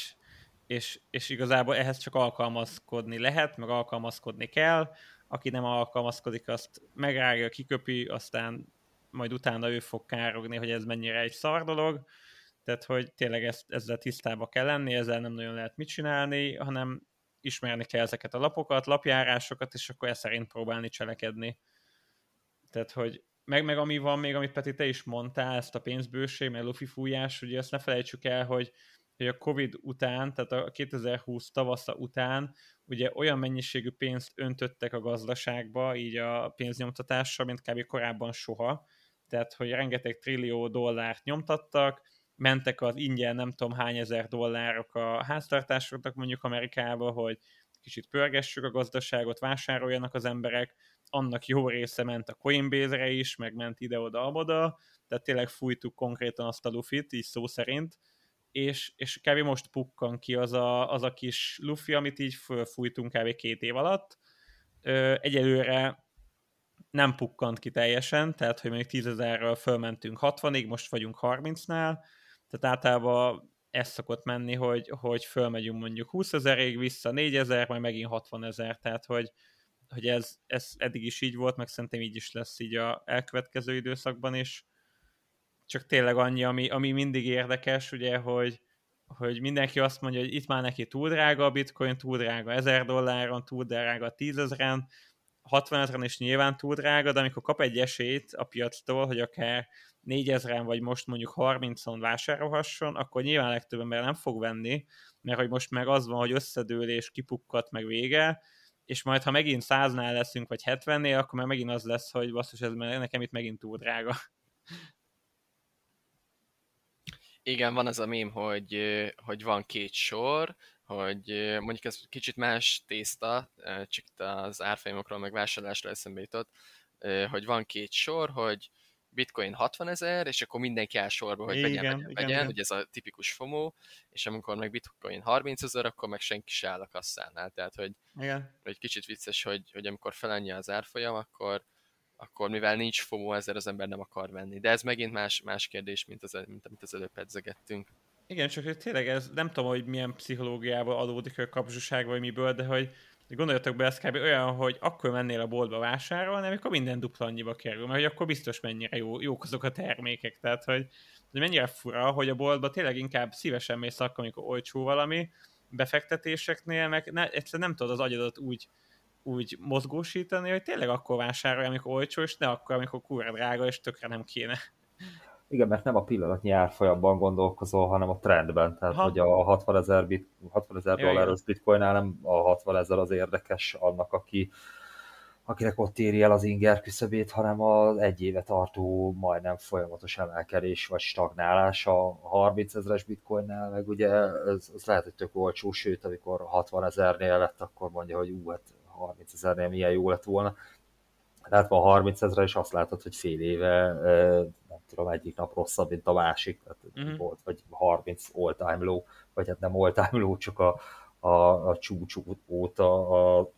és igazából ehhez csak alkalmazkodni lehet, meg alkalmazkodni kell. Aki nem alkalmazkodik, azt megrágja, kiköpi, aztán majd utána ő fog károgni, hogy ez mennyire egy szar dolog. Tehát, hogy tényleg ezzel tisztába kell lenni, ezzel nem nagyon lehet mit csinálni, hanem ismerni kell ezeket a lapokat, lapjárásokat, és akkor ezt szerint próbálni cselekedni. Tehát, hogy meg ami van még, amit Peti, te is mondtál, ezt a pénzbőség, meg Luffy fújás, ugye azt ne felejtsük el, hogy a Covid után, tehát a 2020 tavasza után ugye olyan mennyiségű pénzt öntöttek a gazdaságba, így a pénznyomtatással, mint kb. Korábban soha. Tehát, hogy rengeteg trillió dollárt nyomtattak, mentek az ingyen nem tudom hány ezer dollárok a háztartásoknak mondjuk Amerikába, hogy kicsit pörgessük a gazdaságot, vásároljanak az emberek, annak jó része ment a Coinbase-re is, meg ment ide-oda-amoda, tehát tényleg fújtuk konkrétan azt a Luffy-t, így szó szerint, és kb. Most pukkan ki az a kis Luffy, amit így fölfújtunk kb. 2 év alatt. Egyelőre nem pukkant ki teljesen, tehát hogy mondjuk 10 000-ről fölmentünk 60-ig, most vagyunk 30-nál, tehát általában ez szokott menni, hogy fölmegyünk mondjuk 20 000-ig, vissza 4 000, majd megint 60 000, tehát hogy ez eddig is így volt, meg szerintem így is lesz így a elkövetkező időszakban is. Csak tényleg annyi, ami mindig érdekes, ugye, hogy mindenki azt mondja, hogy itt már neki túl drága a bitcoin, túl drága $1000, túl drága 10 000-en, 60 000-en is nyilván túl drága, de amikor kap egy esélyt a piactól, hogy akár 4000-en vagy most mondjuk 30-on vásárolhasson, akkor nyilván legtöbb ember nem fog venni, mert hogy most meg az van, hogy összedől és kipukkat meg vége, és majd ha megint 100-nál leszünk, vagy 70-nél, akkor már megint az lesz, hogy basszus, ez nekem itt megint túl drága. Igen, van az a mém, hogy van 2 sor, hogy mondjuk ez kicsit más tészta, csak itt az árfolyamokról meg vásárlásról eszembe jutott, hogy van 2 sor, hogy bitcoin 60 000, és akkor mindenki áll sorba, hogy vegyen, ugye ez a tipikus FOMO, és amikor meg bitcoin 30 000, akkor meg senki se áll a kasszánál, tehát hogy kicsit vicces, hogy amikor felennyi az árfolyam, akkor mivel nincs FOMO, ezzel az ember nem akar venni. De ez megint más kérdés, mint amit az előbb pedzegettünk. Igen, csak hogy tényleg ez nem tudom, hogy milyen pszichológiából adódik a kapzsiság, vagy miből, de hogy gondoljatok be, ez kb. Olyan, hogy akkor mennél a boltba vásárolni, amikor minden dupla annyiba kerül, mert hogy akkor biztos mennyire jók azok a termékek. Tehát, hogy mennyire fura, hogy a boltba tényleg inkább szívesen mész akkor, amikor olcsó valami, befektetéseknél, meg egyszerűen nem tudod az agyadat úgy mozgósítani, hogy tényleg akkor vásárolj, amikor olcsó, és ne akkor, amikor kurva drága, és tökre nem kéne. Igen, mert nem a pillanatnyi árfolyamban gondolkozol, hanem a trendben. Tehát, hogy a 60 000 dolláros bitcoinnál nem a 60 000 az érdekes annak, aki akinek ott éri el az inger küszöbét, hanem az egy éve tartó majdnem folyamatos emelkedés vagy stagnálás a 30 000-es bitcoinnál, meg ugye ez lehet, hogy tök olcsó, sőt, amikor 60 000-nél lett, akkor mondja, hogy hát 30 000-nél milyen jó lett volna. Tehát van 30 000 és azt látod, hogy fél éve, nem tudom, egyik nap rosszabb, mint a másik, tehát volt vagy 30 all-time low, vagy hát nem all-time low, csak a csúcs óta a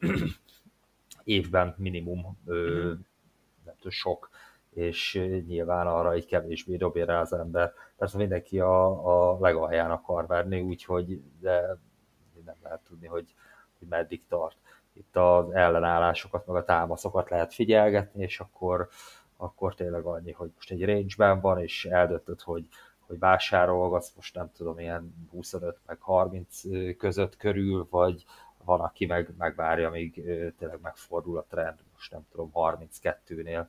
évben minimum nem tudom, sok, és nyilván arra egy kevésbé dobja rá az ember. Persze mindenki a legalján akar verni, úgyhogy de nem lehet tudni, hogy meddig tart. Itt az ellenállásokat, meg a támaszokat lehet figyelgetni, és akkor tényleg annyi, hogy most egy range-ben van, és eldöntöd, hogy vásárolgatsz, most nem tudom, ilyen 25 meg 30 között körül, vagy van, aki megvárja, amíg tényleg megfordul a trend, most nem tudom, 32-nél.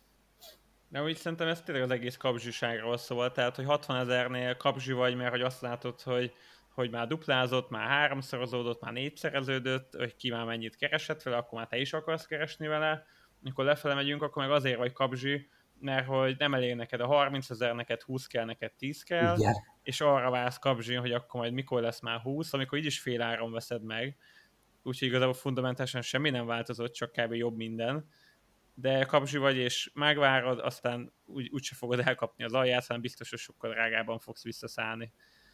De úgy szerintem ez tényleg az egész kapzsiságról szól, tehát hogy 60 000-nél kapzsi vagy, mert hogy azt látod, hogy már duplázott, már háromszorozódott, már négyszereződött, hogy ki már mennyit keresett vele, akkor már te is akarsz keresni vele, amikor lefele megyünk, akkor meg azért vagy kapzsi, mert hogy nem elég neked a 30 000, neked 20 kell, neked 10 kell, Igen. és arra vársz kapzsin, hogy akkor majd mikor lesz már 20, amikor így is fél áron veszed meg, úgyhogy igazából fundamentálisan semmi nem változott, csak kb. Jobb minden, de kapzsi vagy, és megvárod, aztán úgyse fogod elkapni az alját, hanem biztos, hogy sokkal drágában fogsz visszaszállni.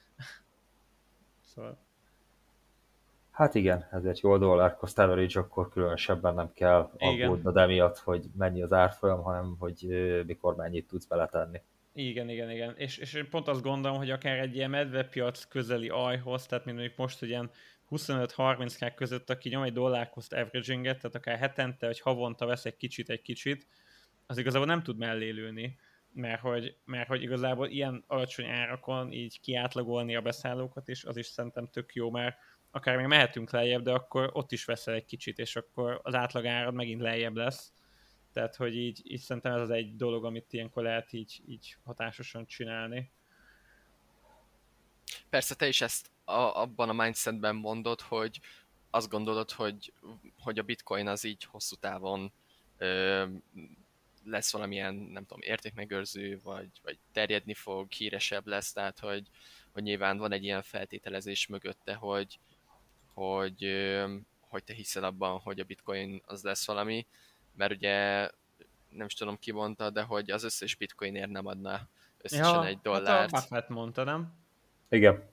Szóval... Hát igen, ezért jó dollár cost average, akkor különösebben nem kell aggódnod emiatt, hogy mennyi az árfolyam, hanem hogy mikor mennyit tudsz beletenni. Igen. És én pont azt gondolom, hogy akár egy ilyen medvepiac közeli ajhoz, tehát mondjuk most, hogy ilyen 25-30k között, aki nyom egy dollár cost averaginget, tehát akár hetente, vagy havonta vesz egy kicsit, az igazából nem tud mellélőni, mert hogy igazából ilyen alacsony árakon így kiátlagolni a beszállókat is, az is szerintem tök jó, mert akár még mehetünk lejjebb, de akkor ott is veszel egy kicsit, és akkor az átlag árad megint lejjebb lesz. Tehát, hogy így szerintem ez az egy dolog, amit ilyenkor lehet így hatásosan csinálni. Persze te is ezt abban a mindsetben mondod, hogy azt gondolod, hogy a bitcoin az így hosszú távon lesz valamilyen, nem tudom, értékmegőrző, vagy terjedni fog, híresebb lesz, tehát hogy nyilván van egy ilyen feltételezés mögötte, hogy te hiszel abban, hogy a bitcoin az lesz valami, mert ugye nem is tudom ki mondta, de hogy az összes bitcoinért nem adna összesen $1. Hát a Buffett mondta, nem? Igen.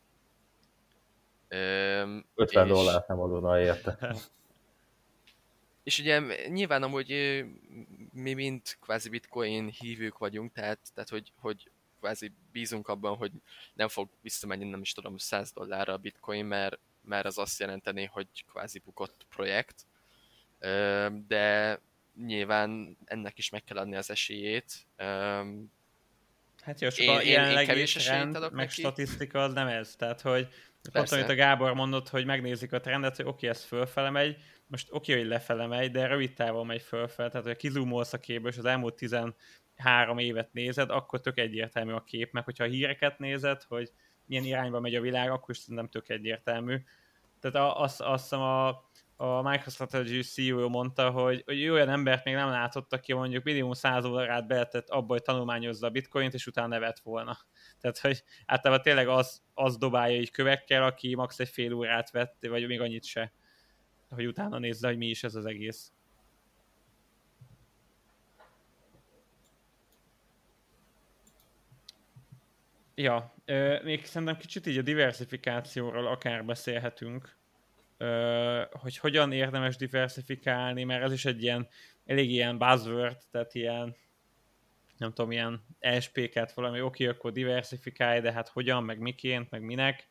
50 dollárt nem adóna érte. És ugye nyilván amúgy mi mind kvázi bitcoin hívők vagyunk, tehát hogy kvázi bízunk abban, hogy nem fog visszamenni, nem is tudom, $100 a bitcoin, mert az azt jelenteni, hogy kvázi bukott projekt. De nyilván ennek is meg kell adni az esélyét. Hát jó, csak a jelenlegi trend, meg neki. Statisztika az nem ez. Tehát, hogy pont amit a Gábor mondott, hogy megnézik a trendet, hogy oké, ez fölfele megy, most oké, hogy lefele megy, de rövid távon megy fölfele, tehát ha kizumolsz a képből, és az elmúlt 13 évet nézed, akkor tök egyértelmű a kép, meg hogyha a híreket nézed, hogy milyen irányba megy a világ, akkor is nem tök egyértelmű. Tehát azt hiszem a MicroStrategy CEO mondta, hogy olyan embert még nem látott, aki mondjuk minimum 100 órát beletett abba, hogy tanulmányozza a bitcoint, és utána nevet volna. Tehát, hogy általában tényleg az dobálja így kövekkel, aki max. Egy fél órát vett, vagy még annyit se, hogy utána nézze, hogy mi is ez az egész. Ja, még szerintem kicsit így a diversifikációról akár beszélhetünk, hogy hogyan érdemes diversifikálni, mert ez is egy ilyen elég ilyen buzzword, tehát ilyen nem tudom, ilyen ESP-ket valami, oké, akkor diversifikálj, de hát hogyan, meg miként, meg minek,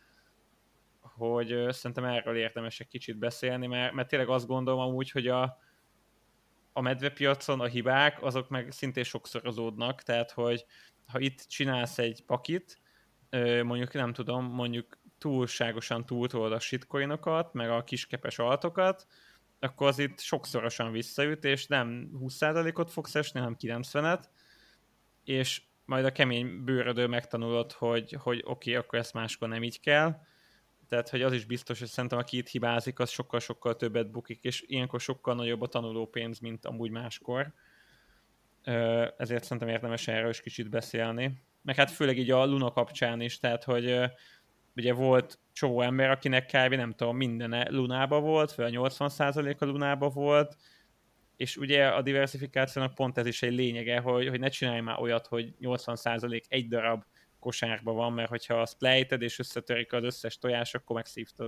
hogy szerintem erről érdemes egy kicsit beszélni, mert tényleg azt gondolom amúgy, hogy a medvepiacon a hibák, azok meg szintén sokszorozódnak, tehát hogy ha itt csinálsz egy pakit, mondjuk nem tudom, mondjuk túlságosan túltolod a shitcoinokat, meg a kiskepes altokat, akkor az itt sokszorosan visszaüt, és nem 20%-ot fogsz esni, hanem 90-et, és majd a kemény bőrödő megtanulod, hogy oké, akkor ezt máskor nem így kell. Tehát, hogy az is biztos, hogy szerintem aki itt hibázik, az sokkal-sokkal többet bukik, és ilyenkor sokkal nagyobb a tanulópénz, mint amúgy máskor. Ezért szerintem érdemes erről is kicsit beszélni. Meg hát főleg így a Luna kapcsán is, tehát, hogy ugye volt csomó ember, akinek kb. Nem tudom, mindene Lunába volt, vagy 80%-a Lunába volt, és ugye a diversifikációnak pont ez is egy lényege, hogy ne csinálj már olyat, hogy 80% egy darab kosárba van, mert hogyha azt lejted és összetörik az összes tojás, akkor megszívtad.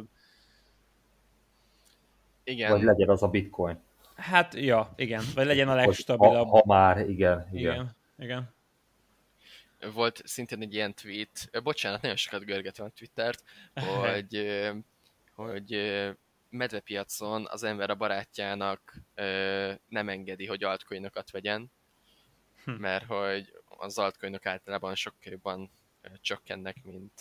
Igen. Vagy legyen az a bitcoin. Hát, ja, igen. Vagy legyen a legstabilabb. Ha már, igen. Volt szintén egy ilyen tweet, bocsánat, nagyon sokat görgetem a Twittert, hogy medvepiacon az ember a barátjának nem engedi, hogy altcoinokat vegyen, mert hogy az altcoinok általában sokkal jobban csökkennek,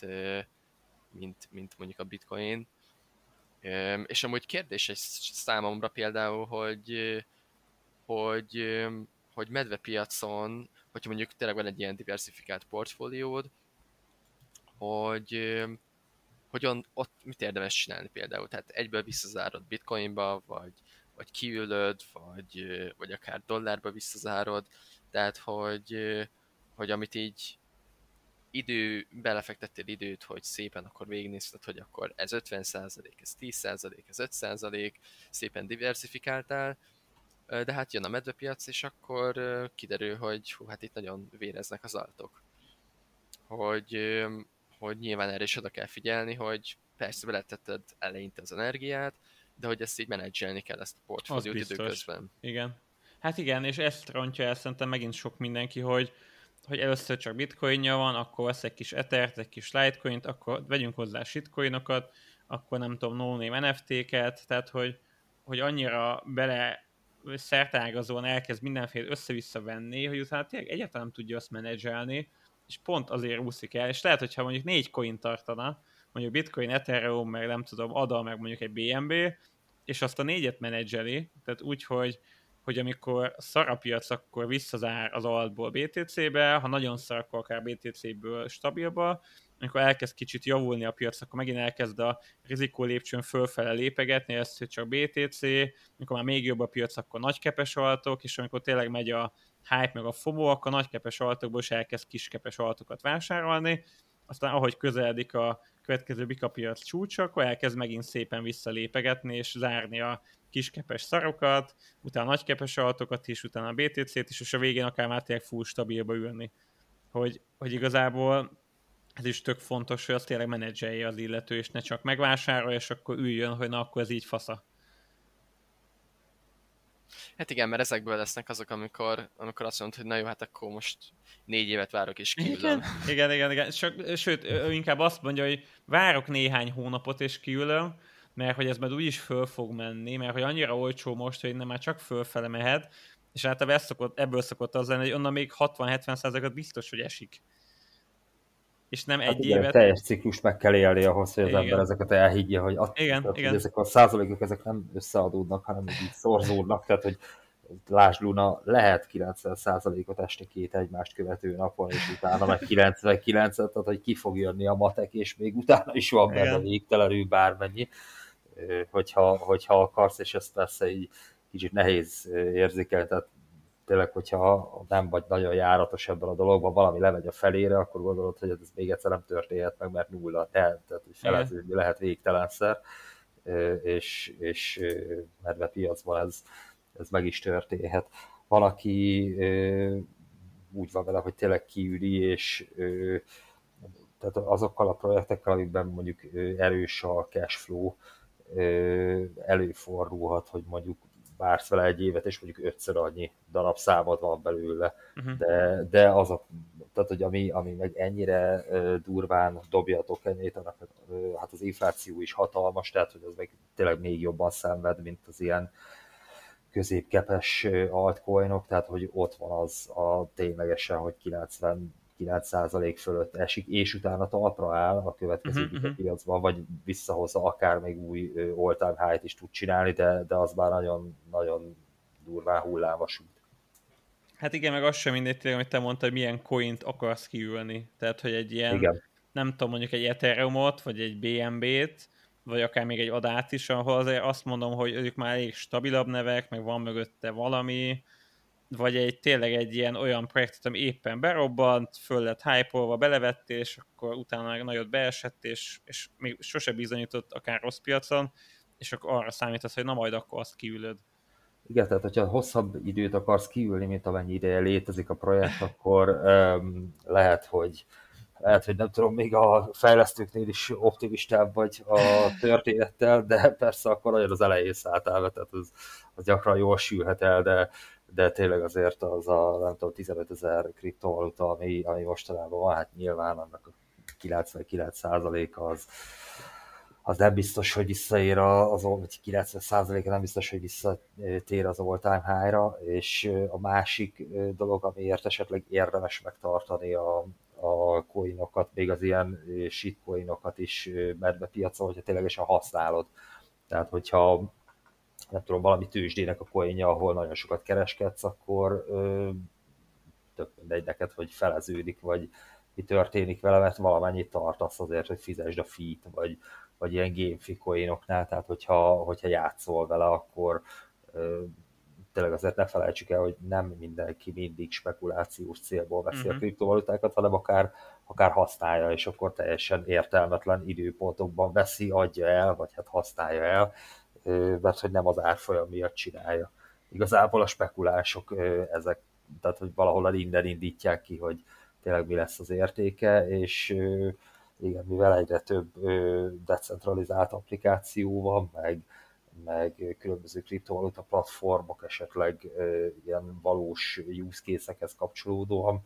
mint mondjuk a bitcoin. És amúgy kérdés egy számomra például, hogy medvepiacon, hogyha mondjuk tényleg van egy ilyen diversifikált portfóliód, hogy ott mit érdemes csinálni például? Tehát egyből visszazárod bitcoinba, vagy kiülöd, vagy akár dollárba visszazárod, tehát hogy amit így belefektettél időt, hogy szépen akkor végignézted, hogy akkor ez 50%, ez 10%, ez 5%, szépen diversifikáltál, de hát jön a medvepiac, és akkor kiderül, hogy hát itt nagyon véreznek az altok. Hogy nyilván erre is oda kell figyelni, hogy persze beletetted eleinte az energiát, de hogy ezt így menedzselni kell, ezt a portfóliót időközben. Igen. Hát igen, és ezt rontja el szerintem megint sok mindenki, hogy először csak bitcoinja van, akkor vesz egy kis ethert, egy kis litecoint, akkor vegyünk hozzá shitcoinokat, akkor nem tudom, no-name NFT-ket, tehát hogy annyira bele szerteágazóan elkezd mindenféle össze-vissza venni, hogy utána tényleg egyáltalán nem tudja azt menedzselni, és pont azért úszik el, és lehet, hogyha mondjuk 4 coin tartana, mondjuk Bitcoin, Ethereum, meg nem tudom, ADA, meg mondjuk egy BNB, és azt a 4-et menedzseli, tehát úgy, hogy amikor szar a piac, akkor visszazár az altból BTC-be, ha nagyon szar, akkor akár BTC-ből stabilba, amikor elkezd kicsit javulni a piac, akkor megint elkezd a rizikó lépcsőn fölfele lépegetni, ez hogy csak BTC, amikor már még jobb a piac, akkor nagykepes altok, és amikor tényleg megy a hype meg a FOMO, akkor nagykepes altokból is elkezd kiskepes altokat vásárolni, aztán ahogy közeledik a következő bikapiac csúcsa, akkor elkezd megint szépen visszalépegetni, és zárni a kiskepes szarokat, utána nagykepes altokat is, utána a BTC-t is, és a végén akár már tényleg full stabilba ülni. Hogy igazából ez is tök fontos, hogy azt tényleg menedzselje az illető, és ne csak megvásárolja, és akkor üljön, hogy na, akkor ez így fasza. Hát igen, mert ezekből lesznek azok, amikor azt mondod, hogy na jó, hát akkor most 4 évet várok és kiülöm. Igen. Sőt, ő inkább azt mondja, hogy várok néhány hónapot és kiülöm, mert hogy ez majd úgyis föl fog menni, mert hogy annyira olcsó most, hogy nem már csak fölfele mehet, és általában ebből szokott az lenni, hogy onnan még 60-70%-ot biztos, hogy esik. És nem hát egy igen, évet. Teljes ciklus meg kell élni ahhoz, hogy az ember ezeket elhiggye, hogy, igen. ezek a százalékok ezek nem összeadódnak, hanem így szorzódnak, tehát hogy lásd Luna, lehet 90%-ot esni 2 egymást követő napon, és utána meg 99-et, tehát hogy ki fog jönni a matek, és még utána is van benne végtelenül bármennyi, hogyha akarsz, és ezt persze így kicsit nehéz érzékelni, tehát tényleg, hogyha nem vagy nagyon járatos ebben a dologban, valami lemegy a felére, akkor gondolod, hogy ez még egyszer nem történhet meg, mert nulla, tehát hogy feleződni lehet végtelenszer, és medvepiacban ez meg is történhet. Van, aki úgy van vele, hogy tényleg kiüli, és tehát azokkal a projektekkel, amikben mondjuk erős a cashflow, előfordulhat, hogy mondjuk vársz vele egy évet, és mondjuk 5-ször annyi darabszámod van belőle, de azok, tehát hogy ami meg ennyire durván dobja a tokenjét, annak hát az infláció is hatalmas, tehát hogy az meg tényleg még jobban szenved, mint az ilyen középkepes altcoinok, tehát hogy ott van az a ténylegesen, hogy 99% fölött esik, és utána talpra áll a következő piacban, vagy visszahozza, akár még új all-time high-t is tud csinálni, de az már nagyon, nagyon durván hullámvasút. Hát igen, meg az sem mindegy, amit te mondtad, hogy milyen coint akarsz kiülni. Tehát, hogy egy ilyen nem tudom, mondjuk egy Ethereumot, vagy egy BNB-t, vagy akár még egy adát is, ahol azért azt mondom, hogy ők már elég stabilabb nevek, meg van mögötte valami, vagy tényleg egy ilyen olyan projektet, ami éppen berobbant, föl lett hype-olva, belevettél, és akkor utána nagyot beesett, és még sose bizonyított akár rossz piacon, és akkor arra számítasz, hogy na majd akkor azt kiülöd. Igen, tehát hogyha hosszabb időt akarsz kiülni, mint amennyi ideje létezik a projekt, akkor lehet, hogy nem tudom, még a fejlesztőknél is optimistább vagy a történettel, de persze akkor nagyon az elején szállt el, tehát az gyakran jól sülhet el, de tényleg azért az a, nem tudom, 15 000 kriptovaluta, ami mostanában van, hát nyilván annak a 99%-a az nem biztos, hogy visszaér vagy 90%-a nem biztos, hogy visszatér az all-time high-ra, és a másik dolog, amiért esetleg érdemes megtartani a coinokat, még az ilyen shitcoinokat is medve piacon, hogyha ténylegesen használod. Tehát, hogyha nem tudom, valami tőzsdének a coinja, ahol nagyon sokat kereskedsz, akkor tök mindegy neked, hogy feleződik, vagy mi történik vele, mert valamennyit tartasz azért, hogy fizesd a fee-t, vagy ilyen gamefi coinoknál, tehát hogyha játszol vele, akkor tényleg azért ne felejtsük el, hogy nem mindenki mindig spekulációs célból veszi a kriptovalutákat, hanem akár használja, és akkor teljesen értelmetlen időpontokban veszi, adja el, vagy hát használja el, mert hogy nem az árfolyam miatt csinálja. Igazából a spekulások ezek, tehát hogy valahol innen indítják ki, hogy tényleg mi lesz az értéke, és igen, mivel egyre több decentralizált applikáció van, meg különböző kriptovaluta platformok, esetleg ilyen valós use case-ekhez kapcsolódóan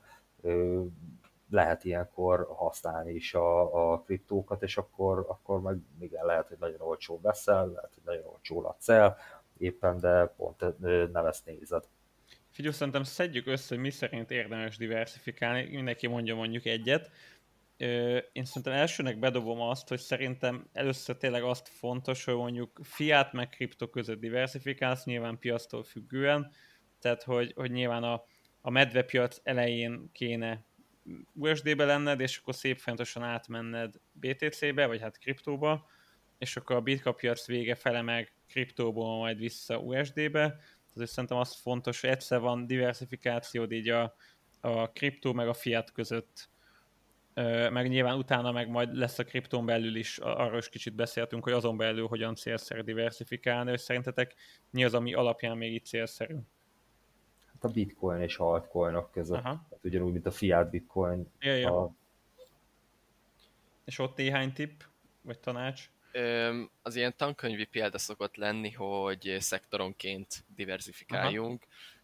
lehet ilyenkor használni is a kriptókat, és akkor meg igen, lehet, hogy nagyon olcsó veszel, lehet, hogy nagyon olcsó adsz el, éppen, de pont nem ezt nézed. Figyelj, szerintem szedjük össze, hogy mi szerint érdemes diversifikálni, mindenki mondja mondjuk egyet. Én szerintem elsőnek bedobom azt, hogy szerintem először tényleg azt fontos, hogy mondjuk fiat meg kripto között diversifikálsz, nyilván piactól függően, tehát hogy nyilván a medvepiac elején kéne USD-be lenned, és akkor szép fontosan átmenned BTC-be, vagy hát kriptóba, és akkor a Bitcoin piac vége fele meg kriptóból majd vissza USD-be, tehát szerintem az fontos, hogy egyszer van diversifikációd így a kriptó meg a fiat között, meg nyilván utána meg majd lesz a kriptón belül is, arról is kicsit beszéltünk, hogy azon belül hogyan célszerű diversifikálni, és szerintetek mi az, ami alapján még itt célszerű? Hát a bitcoin és altcoinok között, hát ugyanúgy, mint a fiat bitcoin. Ja. És ott néhány tipp, vagy tanács? Az ilyen tankönyvi példa szokott lenni, hogy szektoronként diversifikáljunk.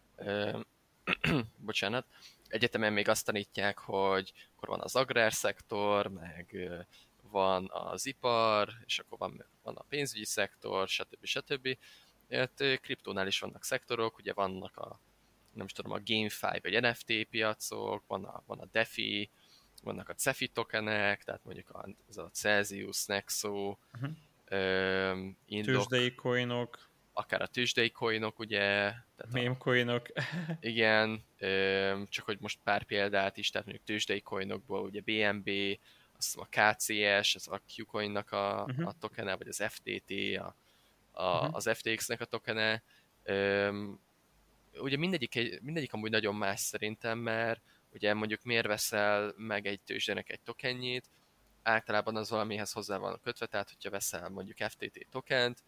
Bocsánat. Egyetemen még azt tanítják, hogy akkor van az agrárszektor, meg van az ipar, és akkor van a pénzügyi szektor, stb. Hát, kriptónál is vannak szektorok, ugye vannak nem is tudom, a GameFi vagy NFT piacok, van a DeFi, vannak a CeFi tokenek, tehát mondjuk az a Celsius, Nexo, tőzsdei coinok, akár a tőzsdei coinok, ugye. Meme coinok. Igen, csak hogy most pár példát is, tehát mondjuk tőzsdei coinokból, ugye BNB, azt hiszem a KCS, ez a Qcoinnak a tokene, vagy az FTT, az FTX-nek a tokene. Ugye mindegyik amúgy nagyon más szerintem, mert ugye mondjuk miért veszel meg egy tőzsdének egy tokenjét, általában az valamihez hozzá van kötve, tehát hogyha veszel mondjuk FTT tokent,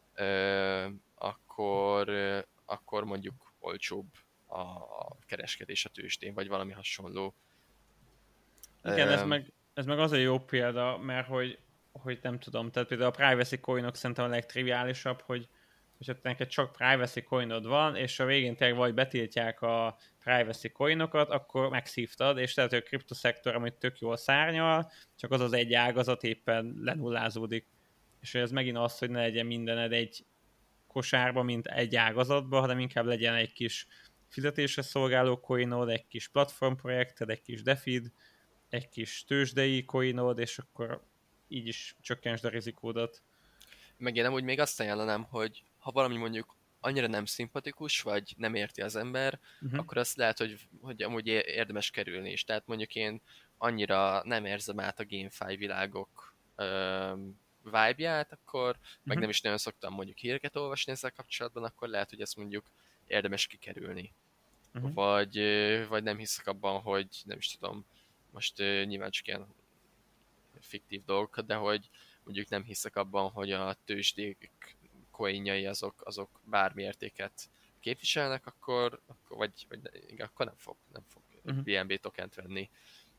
akkor mondjuk olcsóbb a kereskedés a tőzsdén, vagy valami hasonló. Igen, ez meg az a jó példa, mert hogy nem tudom, tehát például a privacy coinok szerintem a legtriviálisabb, hogy neked csak privacy coinod van, és a végén tényleg vagy betiltják a privacy coinokat, akkor megszívtad, és tehát a kriptoszektor, amit tök jól szárnyal, csak az egy ágazat éppen lenullázódik. És ez megint az, hogy ne legyen mindened egy kosárba, mint egy ágazatba, hanem inkább legyen egy kis fizetésre szolgáló coinod, egy kis platformprojekted, egy kis defid, egy kis tőzsdei coinod, és akkor így is csökkentsd a rizikódat. Meg én amúgy még azt ajánlanám, hogy ha valami mondjuk annyira nem szimpatikus, vagy nem érti az ember, akkor azt lehet, hogy amúgy érdemes kerülni is. Tehát mondjuk én annyira nem érzem át a GameFi világok vibe-ját, akkor meg nem is nagyon szoktam mondjuk híreket olvasni ezzel kapcsolatban, akkor lehet, hogy ezt mondjuk érdemes kikerülni. Vagy nem hiszek abban, hogy nem is tudom, most nyilván csak ilyen fiktív dolgok, de hogy mondjuk nem hiszek abban, hogy a tőzsdék coinjai azok bármi értéket képviselnek, akkor nem fog BNB tokent venni.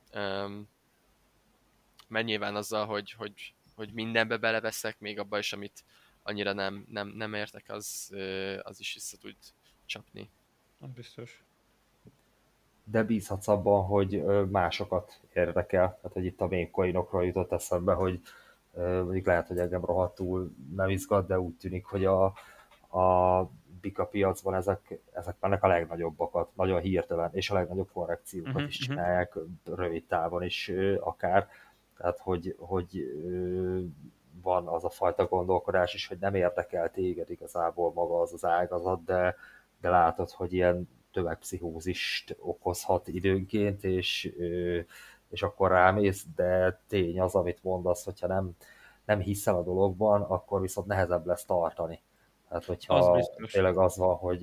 Mert nyilván azzal, hogy mindenbe beleveszek, még abba is, amit annyira nem értek, az is vissza tud csapni. Biztos. De bízhatsz abban, hogy másokat érdekel. Tehát, hogy itt a meme coinokról jutott eszembe, hogy mondjuk lehet, hogy engem rohadtul nem izgat, de úgy tűnik, hogy a Bika piacban ezek mennek a legnagyobbakat, nagyon hirtelen, és a legnagyobb korrekciókat is csinálják rövid távon is akár. Tehát, hogy van az a fajta gondolkodás is, hogy nem érdekel téged igazából maga az ágazat, de látod, hogy ilyen tömegpszichózist okozhat időnként, és akkor rámész, de tény az, amit mondasz, hogyha nem hiszel a dologban, akkor viszont nehezebb lesz tartani. Hát, hogyha tényleg az van, hogy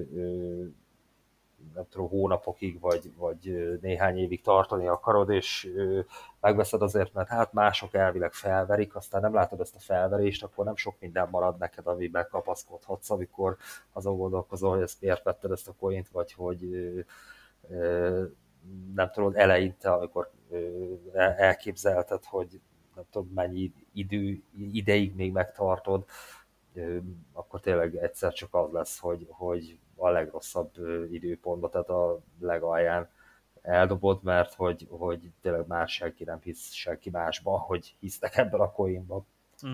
nem tudom, hónapokig, vagy néhány évig tartani akarod, és megveszed azért, mert hát mások elvileg felverik, aztán nem látod ezt a felverést, akkor nem sok minden marad neked, amiben kapaszkodhatsz, amikor azon gondolkozol, hogy ezt miért vetted ezt a coint, vagy hogy nem tudod, eleinte, amikor elképzelted, hogy nem tudom mennyi ideig még megtartod, akkor tényleg egyszer csak az lesz, hogy a legrosszabb időpontban, tehát a legalján eldobod, mert hogy tényleg már senki nem hisz senki másban, hogy hisznek ebben a coinban.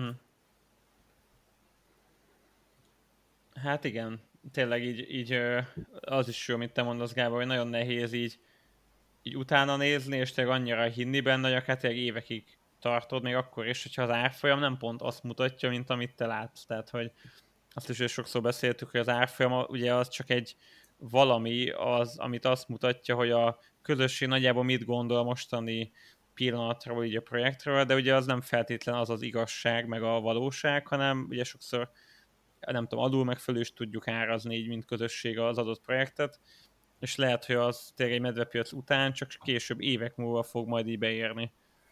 Hát igen, tényleg így az is jó, amit te mondasz, Gábor, hogy nagyon nehéz így utána nézni, és tényleg annyira hinni benne, hogy akár tényleg évekig tartod, még akkor is, hogyha az árfolyam nem pont azt mutatja, mint amit te látsz. Tehát, hogy azt is sokszor beszéltük, hogy az árfolyam ugye az csak egy valami, amit azt mutatja, hogy a közösség nagyjából mit gondol mostani pillanatról, így a projektről, de ugye az nem feltétlen az az igazság, meg a valóság, hanem ugye sokszor nem tudom, alul megfelelő is tudjuk árazni így, mint közösség az adott projektet, és lehet, hogy az tényleg egy medvepiac után csak később évek múlva fog majd így beérni.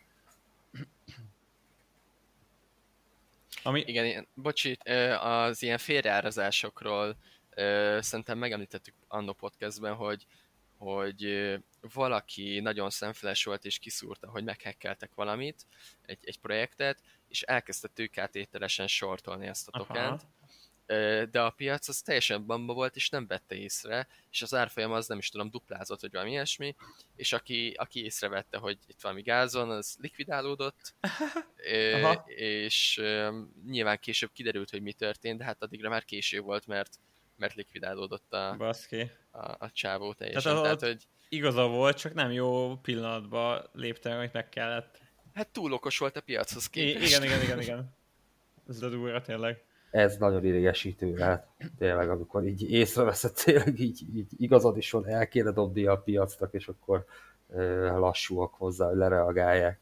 Igen, bocsi, az ilyen félreárazásokról szerintem megemlítettük annó podcastben, hogy valaki nagyon szemfeles volt és kiszúrta, hogy meghekkeltek valamit, egy projektet, és elkezdte tőkeáttételesen sortolni ezt a tokent. De a piac az teljesen bamba volt, és nem vette észre, és az árfolyam az nem is tudom, duplázott, vagy valami ilyesmi, és aki észrevette, hogy itt valami gázon, az likvidálódott, és nyilván később kiderült, hogy mi történt, de hát addigra már késő volt, mert likvidálódott a csávó teljesen. Tehát, hogy igaza volt, csak nem jó pillanatban lépte meg, amit meg kellett. Hát túl okos volt a piachoz képest. Igen. Ez a durva tényleg. Ez nagyon idegesítő, hát tényleg, amikor így észreveszed, tényleg így igazad is van, el kéne dobni a piacnak, és akkor lassúak hozzá, hogy lereagálják.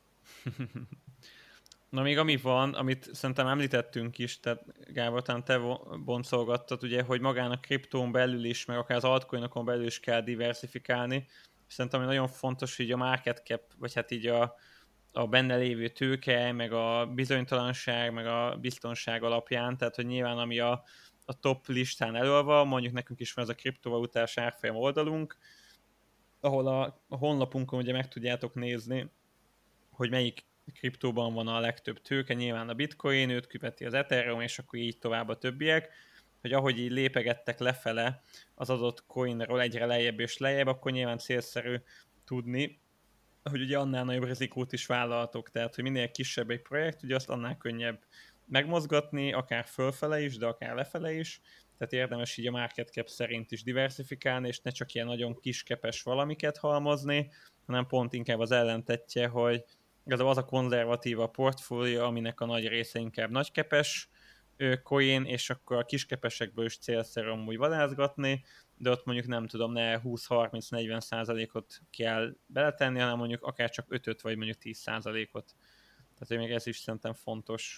Na még ami van, amit szerintem említettünk is, tehát Gábor, talán te boncolgattad, ugye, hogy magának kriptón belül is, meg akár az altcoinokon belül is kell diversifikálni. Szerintem nagyon fontos, hogy a market cap, vagy hát így a benne lévő tőke, meg a bizonytalanság, meg a biztonság alapján, tehát hogy nyilván ami a top listán elő van, mondjuk nekünk is van ez a kriptovalutás árfolyam oldalunk, ahol a honlapunkon ugye meg tudjátok nézni, hogy melyik kriptóban van a legtöbb tőke, nyilván a bitcoin, őt követi az Ethereum, és akkor így tovább a többiek, hogy ahogy így lépegettek lefele az adott coinról egyre lejjebb és lejjebb, akkor nyilván célszerű tudni, hogy ugye annál nagyobb rizikót is vállaltok, tehát hogy minél kisebb egy projekt, ugye azt annál könnyebb megmozgatni, akár fölfele is, de akár lefele is, tehát érdemes így a market cap szerint is diversifikálni, és ne csak ilyen nagyon kiskepes valamiket halmozni, hanem pont inkább az ellentetje, hogy igazából az a konzervatív a portfólió, aminek a nagy része inkább nagykepes coin, és akkor a kiskepesekből is célszerű amúgy vadászgatni, de ott mondjuk nem tudom, ne 20-30-40%-ot kell beletenni, hanem mondjuk akár csak 5-öt, vagy mondjuk 10%-ot. Tehát még ez is szerintem fontos.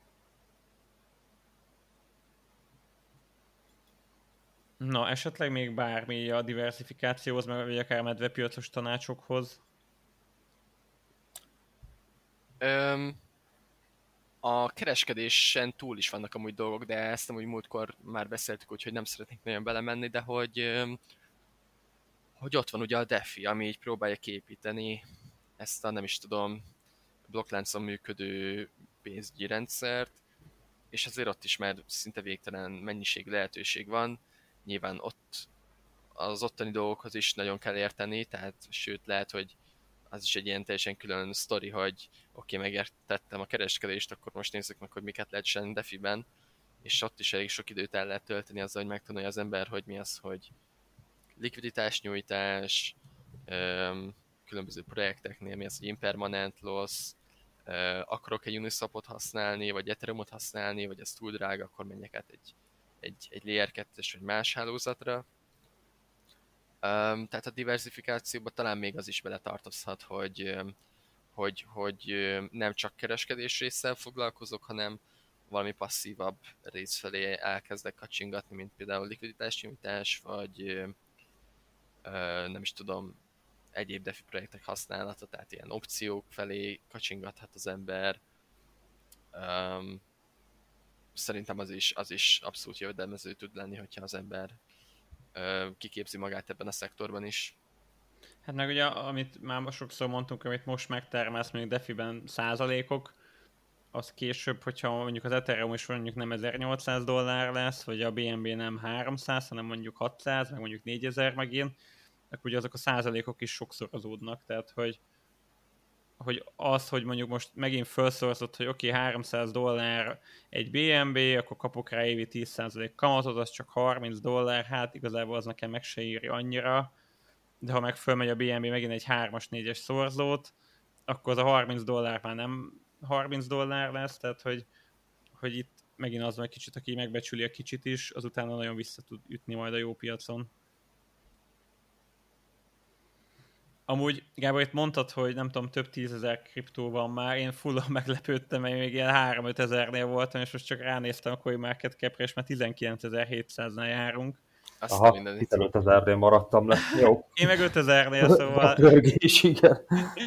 Na, esetleg még bármi a diversifikációhoz, vagy akár a medvepiacos tanácsokhoz? A kereskedésen túl is vannak amúgy dolgok, de ezt amúgy múltkor már beszéltük, úgyhogy nem szeretnék nagyon belemenni, de hogy ott van ugye a DeFi, ami így próbálja kiépíteni ezt a, nem is tudom, blokkláncon működő pénzügyi rendszert, és azért ott is már szinte végtelen mennyiségű lehetőség van. Nyilván ott az ottani dolgokhoz is nagyon kell érteni, tehát sőt lehet, hogy az is egy ilyen teljesen külön sztori, hogy oké, megértettem a kereskedést, akkor most nézzük meg, hogy miket lehet csinálni DeFi-ben, és ott is elég sok időt el lehet tölteni azzal, hogy megtanulja az ember, hogy mi az, hogy likviditásnyújtás, különböző projekteknél mi az, hogy impermanent loss, akarok egy Uniswapot használni, vagy Ethereumot használni, vagy ez túl drága, akkor menjek át egy Layer 2-es vagy más hálózatra. Tehát a diversifikációba talán még az is beletartozhat, hogy nem csak kereskedés résszel foglalkozok, hanem valami passzívabb rész felé elkezdek kacsingatni, mint például likviditásnyújtás, vagy nem is tudom, egyéb DeFi projektek használata, tehát ilyen opciók felé kacsingathat az ember. Szerintem az is abszolút jövedelmező tud lenni, hogyha az ember kiképzi magát ebben a szektorban is. Hát meg ugye, amit már sokszor mondtunk, amit most megtermelsz mondjuk DeFi-ben százalékok, az később, hogyha mondjuk az Ethereum is mondjuk nem $1800 lesz, vagy a BNB nem 300, hanem mondjuk 600, meg mondjuk 4000 megint, akkor ugye azok a százalékok is sokszorozódnak, tehát hogy az, hogy mondjuk most megint felszorzott, hogy oké, $300 egy BNB, akkor kapok rá évi 10% kamatot, az csak $30, hát igazából az nekem meg se írja annyira, de ha meg fölmegy a BNB megint egy 3-as, 4-es szorzót, akkor az a $30 már nem $30 lesz, tehát hogy itt megint az van egy kicsit, aki megbecsüli a kicsit is, az utána nagyon vissza tud ütni majd a jó piacon. Amúgy, Gábor, itt mondtad, hogy nem tudom, több 10,000 kriptó van már, én fullon meglepődtem, mert még ilyen 3-5 ezernél voltam, és most csak ránéztem a CoinMarketCap-re, és már 19.700-nál járunk. Aha, 15 ezernél maradtam le. Jó. Én meg 5000-nél, szóval... A pörgés, igen.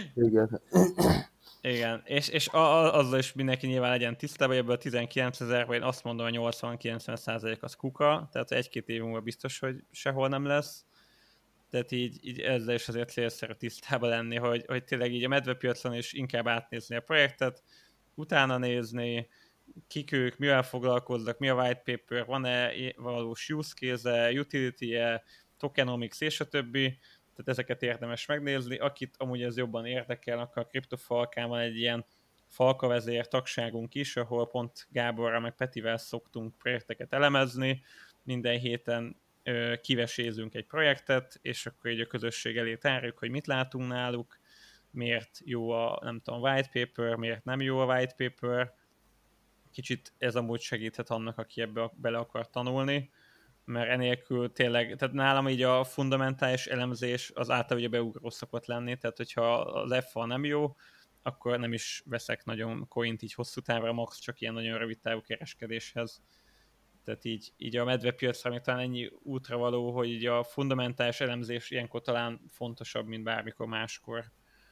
Igen, és azzal is mindenki nyilván legyen tisztában, hogy ebből a 19.000-ben én azt mondom, hogy 80-90% az kuka, tehát 1-2 év múlva biztos, hogy sehol nem lesz. Tehát így ezzel is azért célszerű tisztában lenni, hogy tényleg így a medvepiacon is inkább átnézni a projektet, utána nézni, kik ők, mivel foglalkoznak, mi a white paper, van-e valós use case-e, utility-e, tokenomics és a többi, tehát ezeket érdemes megnézni. Akit amúgy ez jobban érdekel, akkor a Kriptofalkán van egy ilyen falkavezér tagságunk is, ahol pont Gáborra meg Petivel szoktunk projekteket elemezni, minden héten kivesézünk egy projektet, és akkor így a közösség elé tárjuk, hogy mit látunk náluk, miért jó a, nem tudom, white paper, miért nem jó a white paper. Kicsit ez amúgy segíthet annak, aki ebbe bele akar tanulni, mert enélkül tényleg, tehát nálam így a fundamentális elemzés az általában ugye beugró szokott lenni, tehát hogyha az FA nem jó, akkor nem is veszek nagyon coint így hosszú távra, max csak ilyen nagyon rövid távú kereskedéshez. Tehát így a medvepiacra még talán ennyi útra való, hogy így a fundamentális elemzés ilyenkor talán fontosabb, mint bármikor máskor.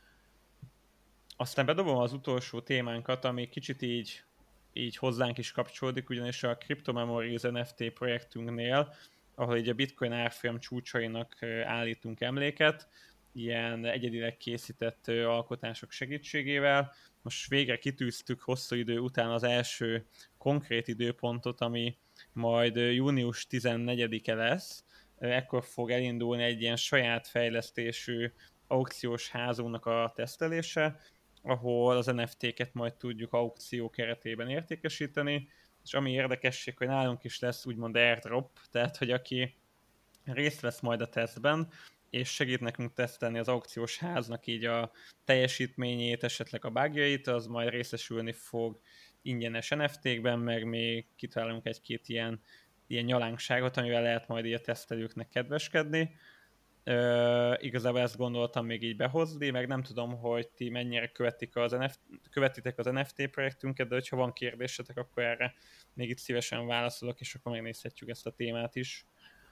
Aztán bedobom az utolsó témánkat, ami kicsit így hozzánk is kapcsolódik, ugyanis a Crypto Memories NFT projektünknél, ahol így a Bitcoin árfolyam csúcsainak állítunk emléket, ilyen egyedileg készített alkotások segítségével. Most végre kitűztük hosszú idő után az első konkrét időpontot, ami majd június 14-e lesz. Ekkor fog elindulni egy ilyen saját fejlesztésű aukciós házunknak a tesztelése, ahol az NFT-ket majd tudjuk aukció keretében értékesíteni, és ami érdekesség, hogy nálunk is lesz úgymond airdrop, tehát hogy aki részt vesz majd a tesztben, és segít nekünk tesztelni az aukciós háznak így a teljesítményét, esetleg a bugjait, az majd részesülni fog ingyenes NFT-kben, meg még kitalálunk egy-két ilyen nyalánkságot, amivel lehet majd így a tesztelőknek kedveskedni. Igazából ezt gondoltam még így behozni, meg nem tudom, hogy ti mennyire követitek az NFT projektünket, de hogyha van kérdésetek, akkor erre még itt szívesen válaszolok, és akkor megnézhetjük ezt a témát is.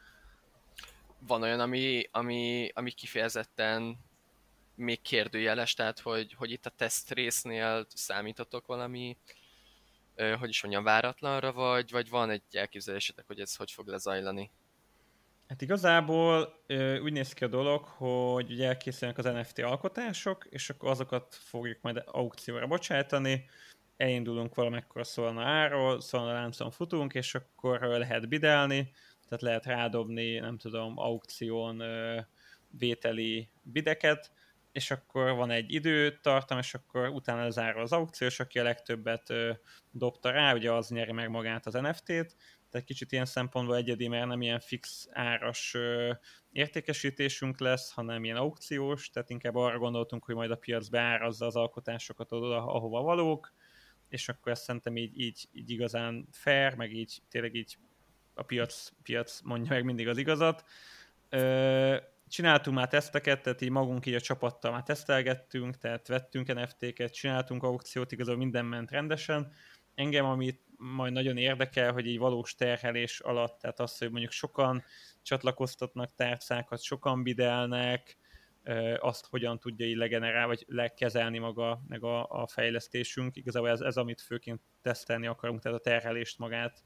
Van olyan, ami kifejezetten még kérdőjeles, tehát hogy itt a teszt résznél számítotok valami, hogy is mondjam, váratlanra, vagy van egy elképzelésetek, hogy ez hogy fog lezajlani? Hát igazából úgy néz ki a dolog, hogy ugye elkészülnek az NFT alkotások, és akkor azokat fogjuk majd aukcióra bocsátani, elindulunk valamekkora Solana árról, Solana láncon futunk, és akkor lehet bidelni, tehát lehet rádobni, nem tudom, aukción vételi bideket, és akkor van egy időtartam, és akkor utána lezárul az aukció, és aki a legtöbbet dobta rá, ugye az nyeri meg magát az NFT-t, tehát kicsit ilyen szempontból egyedi, mert nem ilyen fix áras értékesítésünk lesz, hanem ilyen aukciós, tehát inkább arra gondoltunk, hogy majd a piac beárazza az alkotásokat oda, ahova valók, és akkor ezt szerintem így igazán fair, meg így tényleg így a piac mondja meg mindig az igazat. Csináltunk már teszteket, tehát így magunk így a csapattal már tesztelgettünk, tehát vettünk NFT-ket, csináltunk aukciót, igazából minden ment rendesen. Engem, amit majd nagyon érdekel, hogy így valós terhelés alatt, tehát az, hogy mondjuk sokan csatlakoztatnak tárcákat, sokan bidelnek, azt hogyan tudja így legenerálni, vagy lekezelni maga meg a fejlesztésünk. Igazából ez, amit főként tesztelni akarunk, tehát a terhelést magát.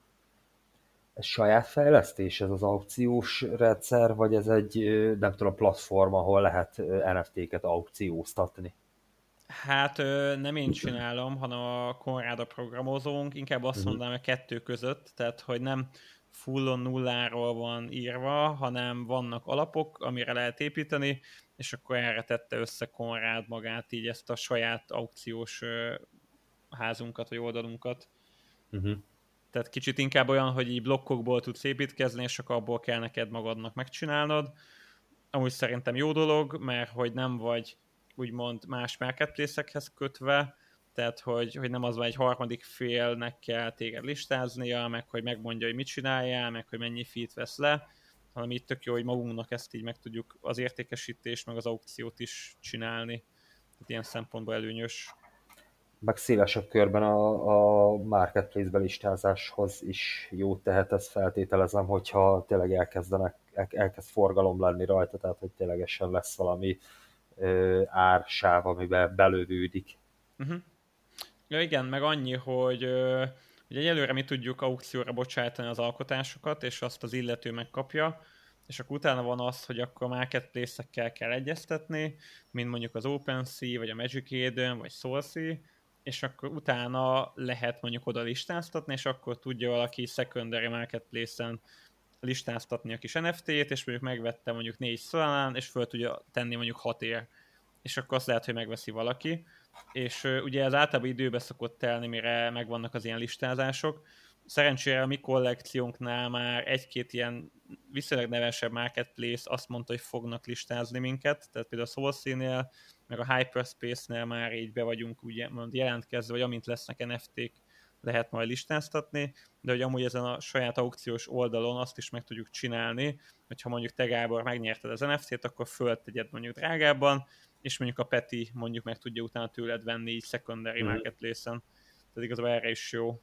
Ez saját fejlesztés, ez az aukciós rendszer, vagy ez egy, nem tudom, platform, ahol lehet NFT-ket aukcióztatni? Hát nem én csinálom, hanem a Konrád a programozónk, inkább azt mondanám a kettő között, tehát hogy nem fullon nulláról van írva, hanem vannak alapok, amire lehet építeni, és akkor erre tette össze Konrád magát így ezt a saját aukciós házunkat, vagy oldalunkat. Tehát kicsit inkább olyan, hogy így blokkokból tudsz építkezni, és akkor abból kell neked magadnak megcsinálnod. Amúgy szerintem jó dolog, mert hogy nem vagy úgymond más marketplace-ekhez kötve, tehát hogy nem az van, egy harmadik félnek kell téged listáznia, meg hogy megmondja, hogy mit csináljál, meg hogy mennyi feet vesz le, hanem itt tök jó, hogy magunknak ezt így meg tudjuk az értékesítést, meg az aukciót is csinálni. Tehát ilyen szempontból előnyös. Meg szélesebb körben a marketplace belistázáshoz is jót tehet, ezt feltételezem, hogyha tényleg elkezd forgalom lenni rajta, tehát hogy ténylegesen lesz valami ársáv, amiben belövődik. Ja igen, meg annyi, hogy egyelőre mi tudjuk aukcióra bocsátani az alkotásokat, és azt az illető megkapja, és akkor utána van az, hogy akkor marketplace-ekkel kell egyeztetni, mint mondjuk az OpenSea, vagy a Magic Eden, vagy SoulSea, és akkor utána lehet mondjuk oda listáztatni, és akkor tudja valaki secondary marketplace-en listáztatni a kis NFT-t, és mondjuk megvette mondjuk 4 Solanán, és föl tudja tenni mondjuk 6 ér. És akkor azt lehet, hogy megveszi valaki. És ugye ez általában időbe szokott telni, mire megvannak az ilyen listázások. Szerencsére a mi kollekciónknál már egy-két ilyen viszonylag nevesebb marketplace azt mondta, hogy fognak listázni minket, tehát például a SoulSea-nél, meg a Hyperspace-nél már így be vagyunk ugye jelentkezve, vagy amint lesznek NFT-k, lehet majd listáztatni, de hogy amúgy ezen a saját aukciós oldalon azt is meg tudjuk csinálni, hogyha mondjuk te Gábor megnyerted az NFT-t, akkor föltegyed mondjuk drágábban, és mondjuk a Peti mondjuk meg tudja utána tőled venni így secondary marketplace-en. Tehát igazából erre is jó.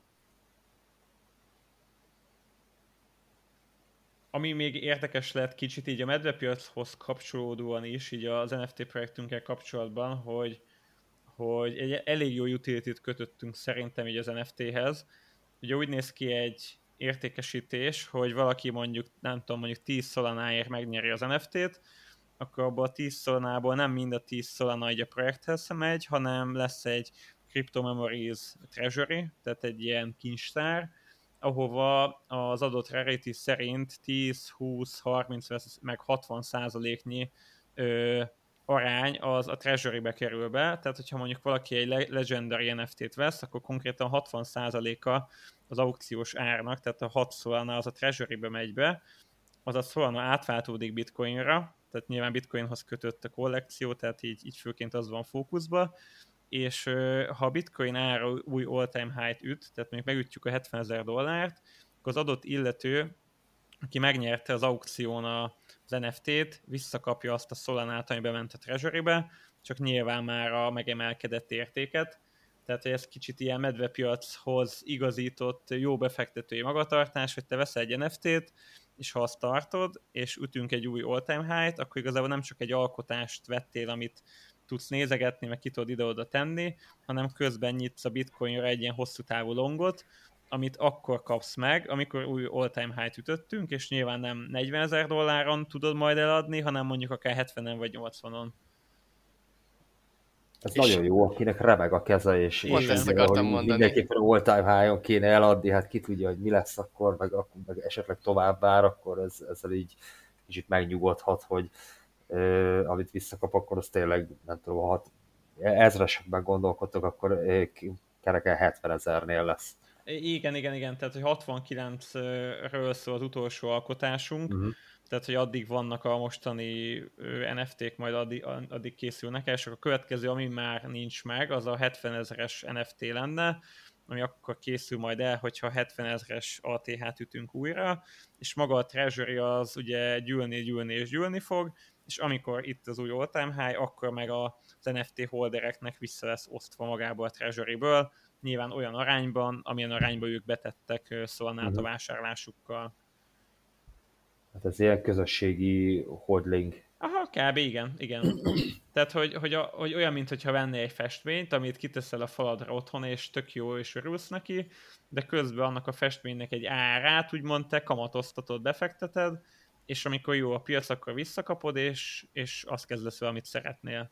Ami még érdekes lehet kicsit így a medvepiachoz kapcsolódóan is, így az NFT projektünkkel kapcsolatban, hogy egy elég jó utility-t kötöttünk szerintem így az NFT-hez. Ugye úgy néz ki egy értékesítés, hogy valaki mondjuk, nem tudom, mondjuk 10 Solanáért megnyeri az NFT-t, akkor abból a 10 Solanából nem mind a 10 Solana így a projekthez megy, hanem lesz egy Crypto Memories Treasury, tehát egy ilyen kincstár, ahova az adott rarity szerint 10, 20, 30, meg 60%-nyi arány az a Treasury-be kerül be, tehát hogyha mondjuk valaki egy Legendary NFT-t vesz, akkor konkrétan 60%-a az aukciós árnak, tehát a 6 Solana az a Treasury-be megy be, az a Solana átváltódik Bitcoinra, tehát nyilván Bitcoinhoz kötött a kollekció, tehát így főként az van fókuszba, és ha a bitcoin ára új all-time high-t üt, tehát még megütjük a $70,000, akkor az adott illető, aki megnyerte az aukción az NFT-t, visszakapja azt a Solanát, ami bement a Treasury-be, csak nyilván már a megemelkedett értéket. Tehát, hogy ez kicsit ilyen medvepiachoz igazított jó befektetői magatartás, hogy te veszel egy NFT-t, és ha azt tartod, és ütünk egy új all-time high-t, akkor igazából nem csak egy alkotást vettél, amit tudsz nézegetni, meg ki tudod ide-oda tenni, hanem közben nyitsz a bitcoinra egy ilyen hosszú távú longot, amit akkor kapsz meg, amikor új all-time high-t ütöttünk, és nyilván nem $40,000 tudod majd eladni, hanem mondjuk akár 70-en vagy 80-on. Ez nagyon jó, akinek remeg a keze, és ezt akartam mondani. mindenképpen all-time high-on kéne eladni, hát ki tudja, hogy mi lesz akkor, meg esetleg tovább vár, akkor ezzel így kicsit megnyugodhat, hogy amit visszakap, akkor az tényleg, nem tudom, ha ezresekben gondolkodtok, akkor kereken 70,000-nél lesz. Igen, tehát hogy 69-ről szól az utolsó alkotásunk, tehát hogy addig vannak a mostani NFT-k, majd addig készülnek el, és a következő, ami már nincs meg, az a 70,000-es NFT lenne, ami akkor készül majd el, hogyha 70,000-es ATH-t ütünk újra, és maga a Treasury az ugye gyűlni fog, és amikor itt az új all-time high, akkor meg az NFT holdereknek vissza lesz osztva magából a Treasury-ből, nyilván olyan arányban, amilyen arányban ők betettek Solanát a vásárlásukkal. Hát ez ilyen közösségi hodling. Aha, kb. Igen. Tehát, hogy olyan, mintha vennél egy festményt, amit kiteszel a faladra otthon, és tök jó, és örülsz neki, de közben annak a festménynek egy árát, úgymond te kamatoztatod, befekteted, és amikor jó a piac, akkor visszakapod, és azt kezdesz vele, amit szeretnél.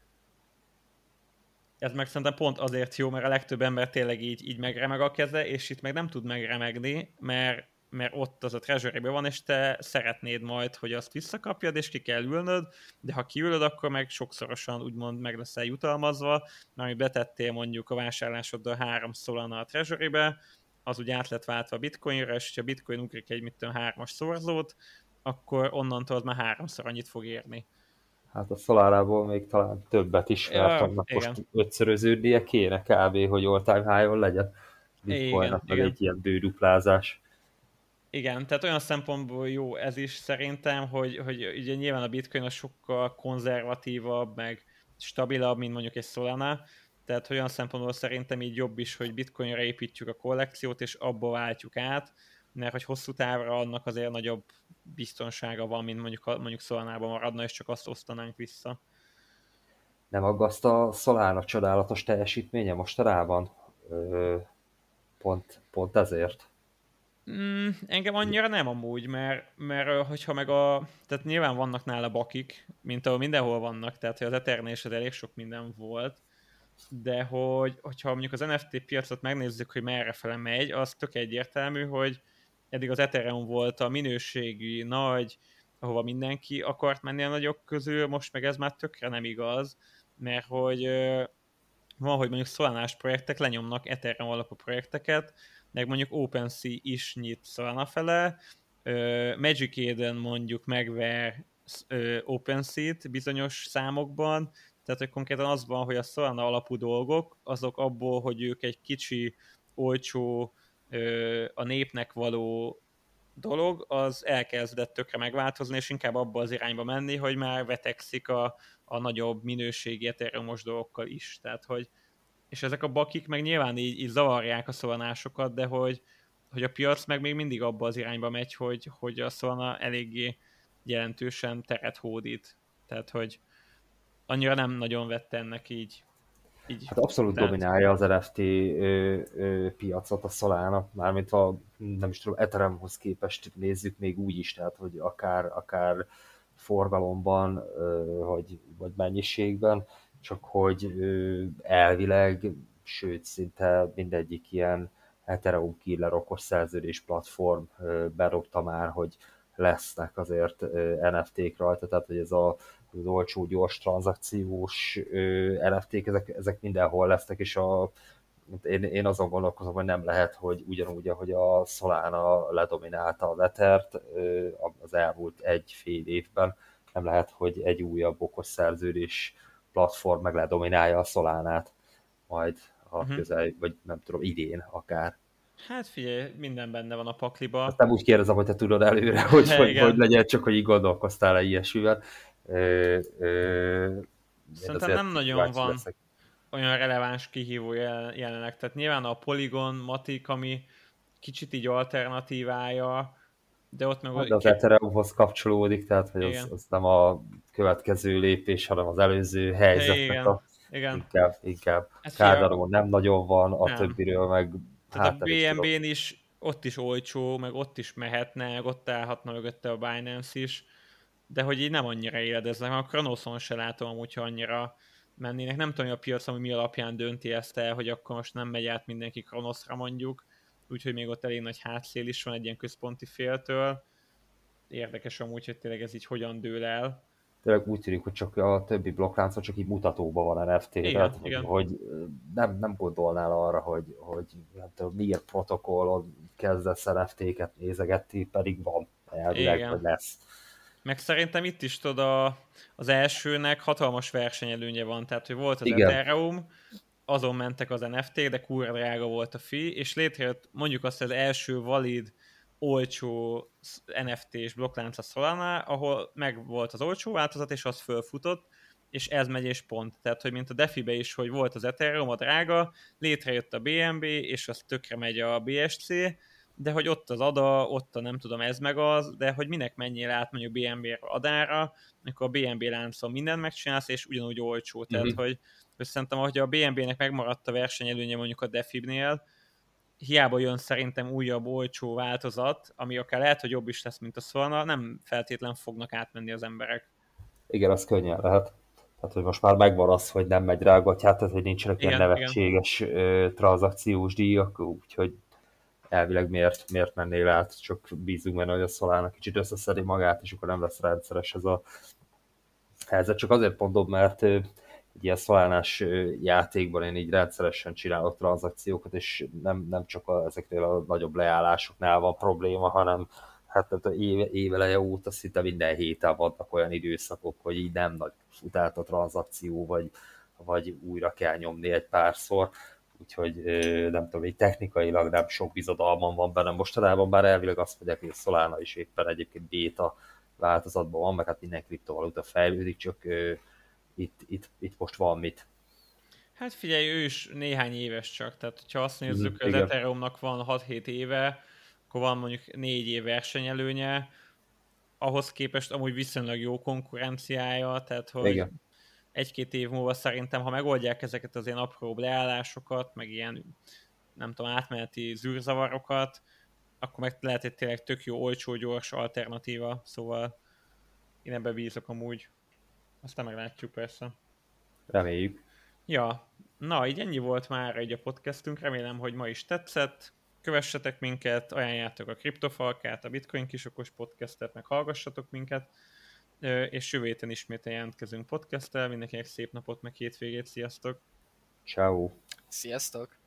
Ez meg szerintem pont azért jó, mert a legtöbb ember tényleg így megremeg a keze, és itt meg nem tud megremegni, mert ott az a Treasury-ben van, és te szeretnéd majd, hogy azt visszakapjad, és ki kell ülnöd, de ha kiülöd, akkor meg sokszorosan úgymond meg leszel jutalmazva, mert amit betettél mondjuk a vásárlásoddal 3 Solana a Treasury-be, az úgy át lett váltva a bitcoinra, és ha a bitcoin ugrik egy 3-as szorzót, akkor onnantól az már 3-szor annyit fog érni. Hát a Solarából még talán többet is, mert annak most 5-szöröződnie kéne kb., hogy all-time high-on legyen. Bitcoinnak meg egy ilyen bőduplázás. Igen, tehát olyan szempontból jó ez is szerintem, hogy ugye nyilván a bitcoin a sokkal konzervatívabb, meg stabilabb, mint mondjuk egy Solana, tehát olyan szempontból szerintem így jobb is, hogy bitcoinra építjük a kollekciót, és abba váltjuk át, mert hogy hosszú távra annak azért nagyobb biztonsága van, mint mondjuk Solanában maradna, és csak azt osztanánk vissza. Nem aggaszt a Solana csodálatos teljesítménye mostanában? Pont ezért? Engem annyira nem amúgy, mert hogyha meg tehát nyilván vannak nála bakik, mint ahol mindenhol vannak, tehát hogy az Ethernél is elég sok minden volt, de hogyha mondjuk az NFT piacot megnézzük, hogy merrefele megy, az tök egyértelmű, hogy eddig az Ethereum volt a minőségi nagy, ahova mindenki akart menni a nagyok közül, most meg ez már tökre nem igaz, mert hogy van, hogy mondjuk Solanás projektek lenyomnak Ethereum alapú projekteket, meg mondjuk OpenSea is nyit Solana fele, Magic Eden mondjuk megver OpenSea-t bizonyos számokban, tehát hogy konkrétan az van, hogy a Solana alapú dolgok, azok abból, hogy ők egy kicsi, olcsó, a népnek való dolog, az elkezdett tökre megváltozni, és inkább abba az irányba menni, hogy már vetekszik a nagyobb minőségi ethereumos dolgokkal is. Tehát, hogy és ezek a bakik meg nyilván így zavarják a szolanásokat, de hogy a piac meg még mindig abba az irányba megy, hogy a Solana eléggé jelentősen teret hódít. Tehát, hogy annyira nem nagyon vette ennek így hát abszolút dominálja az NFT piacot a Solana, mármint nem is tudom, Ethereumhoz képest nézzük még úgy is, tehát hogy akár forgalomban, vagy mennyiségben, csak hogy elvileg, sőt szinte mindegyik ilyen Ethereum killer okos szerződés platform berobta már, hogy lesznek azért NFT-k rajta, tehát hogy ez az olcsó, gyors tranzakciós NFT-k, ezek mindenhol lesznek, és én azon gondolkozom, hogy nem lehet, hogy ugyanúgy, ahogy a Solana ledominálta az Ethert az elmúlt 1,5 évben, nem lehet, hogy egy újabb okos szerződés platform meg ledominálja a Solanát. majd a közel, vagy nem tudom, idén akár. Hát figyelj, minden benne van a pakliba. Azt nem úgy kérdezem, hogy te tudod előre, hogy legyen, csak hogy így gondolkoztál-e ilyesmivel. Szerintem nem nagyon van olyan releváns kihívó jelenleg. Tehát nyilván a Polygon, Matic, ami kicsit így alternatívája, de ott meg... De az Ethereumhoz kapcsolódik, tehát hogy az nem a következő lépés, hanem az előző helyzetnek inkább Cardaron nem nagyon van, a többiről meg... Tehát a BNB-n is, ott is olcsó, meg ott is mehetne, meg ott állhatna mögötte a Binance is, de hogy így nem annyira éledeznek, a Kronoszon se látom amúgy, ha annyira mennének. Nem tudom, hogy a piac ami mi alapján dönti ezt el, hogy akkor most nem megy át mindenki Kronoszra mondjuk, úgyhogy még ott elég nagy hátszél is van egy ilyen központi féltől. Érdekes amúgy, hogy tényleg ez így hogyan dől el. Tényleg úgy tűnik, hogy csak a többi blokkláncon csak így mutatóban van NFT, tehát hogy nem gondolnál arra, hogy nem tudom, miért protokollon kezdesz NFT-ket nézegetni, pedig van elvileg, hogy lesz. Meg szerintem itt is tudod, az elsőnek hatalmas versenyelőnye van, tehát hogy volt az Ethereum, azon mentek az NFT-k, de kurva drága volt a fee, és létrejött mondjuk azt az első valid, olcsó NFT-s blokklánc a Solana, ahol meg volt az olcsó változat, és az fölfutott, és ez megy és pont. Tehát, hogy mint a DeFi-be is, hogy volt az Ethereum, a drága, létrejött a BNB, és az tökre megy a BSC, de hogy ott az ADA, ott a nem tudom, ez meg az, de hogy minek menjél át mondjuk BNB-ről ADA-ra, amikor a BNB láncon mindent megcsinálsz, és ugyanúgy olcsó. Tehát, hogy szerintem, hogy a BNB-nek megmaradt a versenyelőnye mondjuk a DeFi-nél, hiába jön szerintem újabb olcsó változat, ami akár lehet, hogy jobb is lesz, mint a Solana, nem feltétlen fognak átmenni az emberek. Igen, az könnyen lehet. Tehát, hogy most már megvan az, hogy nem megy rá gatyát, tehát, hogy nincsenek ilyen nevetséges tranzakciós díjak, úgyhogy elvileg miért mennél át, csak bízunk benne, hogy a Solana kicsit összeszedi magát, és akkor nem lesz rendszeres ez a helyzet. Csak azért mondom, mert egy ilyen Solánás játékban én így rendszeresen csinálok tranzakciókat, és nem csak ezeknél a nagyobb leállásoknál van probléma, hanem hát éveleje óta szinte minden héten vannak olyan időszakok, hogy így nem nagy futált a tranzakció, vagy újra kell nyomni egy párszor. Úgyhogy nem tudom, így technikailag nem sok bizodalmam van benne mostanában, bár elvileg azt mondják, hogy a Solana is éppen egyébként béta változatban van, meg hát minden kriptovaluta fejlődik, csak itt most van mit. Hát figyelj, ő is néhány éves csak, tehát ha azt nézzük, az Ethereumnak van 6-7 éve, akkor van mondjuk 4 év versenyelőnye, ahhoz képest amúgy viszonylag jó konkurenciája, tehát hogy igen. 1-2 év múlva szerintem, ha megoldják ezeket az ilyen apróbb leállásokat, meg ilyen, nem tudom, átmeneti zűrzavarokat, akkor meg lehet egy tényleg tök jó, olcsó, gyors alternatíva, szóval én ebbe bízok amúgy. Aztán meglátjuk persze. Reméljük. Ja, na, így ennyi volt már egy a podcastünk, remélem, hogy ma is tetszett. Kövessetek minket, ajánljátok a Kriptofalkát, a Bitcoin kisokos podcastet, meg hallgassatok minket, és jövő héten ismét jelentkezünk podcasttel. Mindenkinek szép napot, meg hétvégét, sziasztok! Ciao. Sziasztok!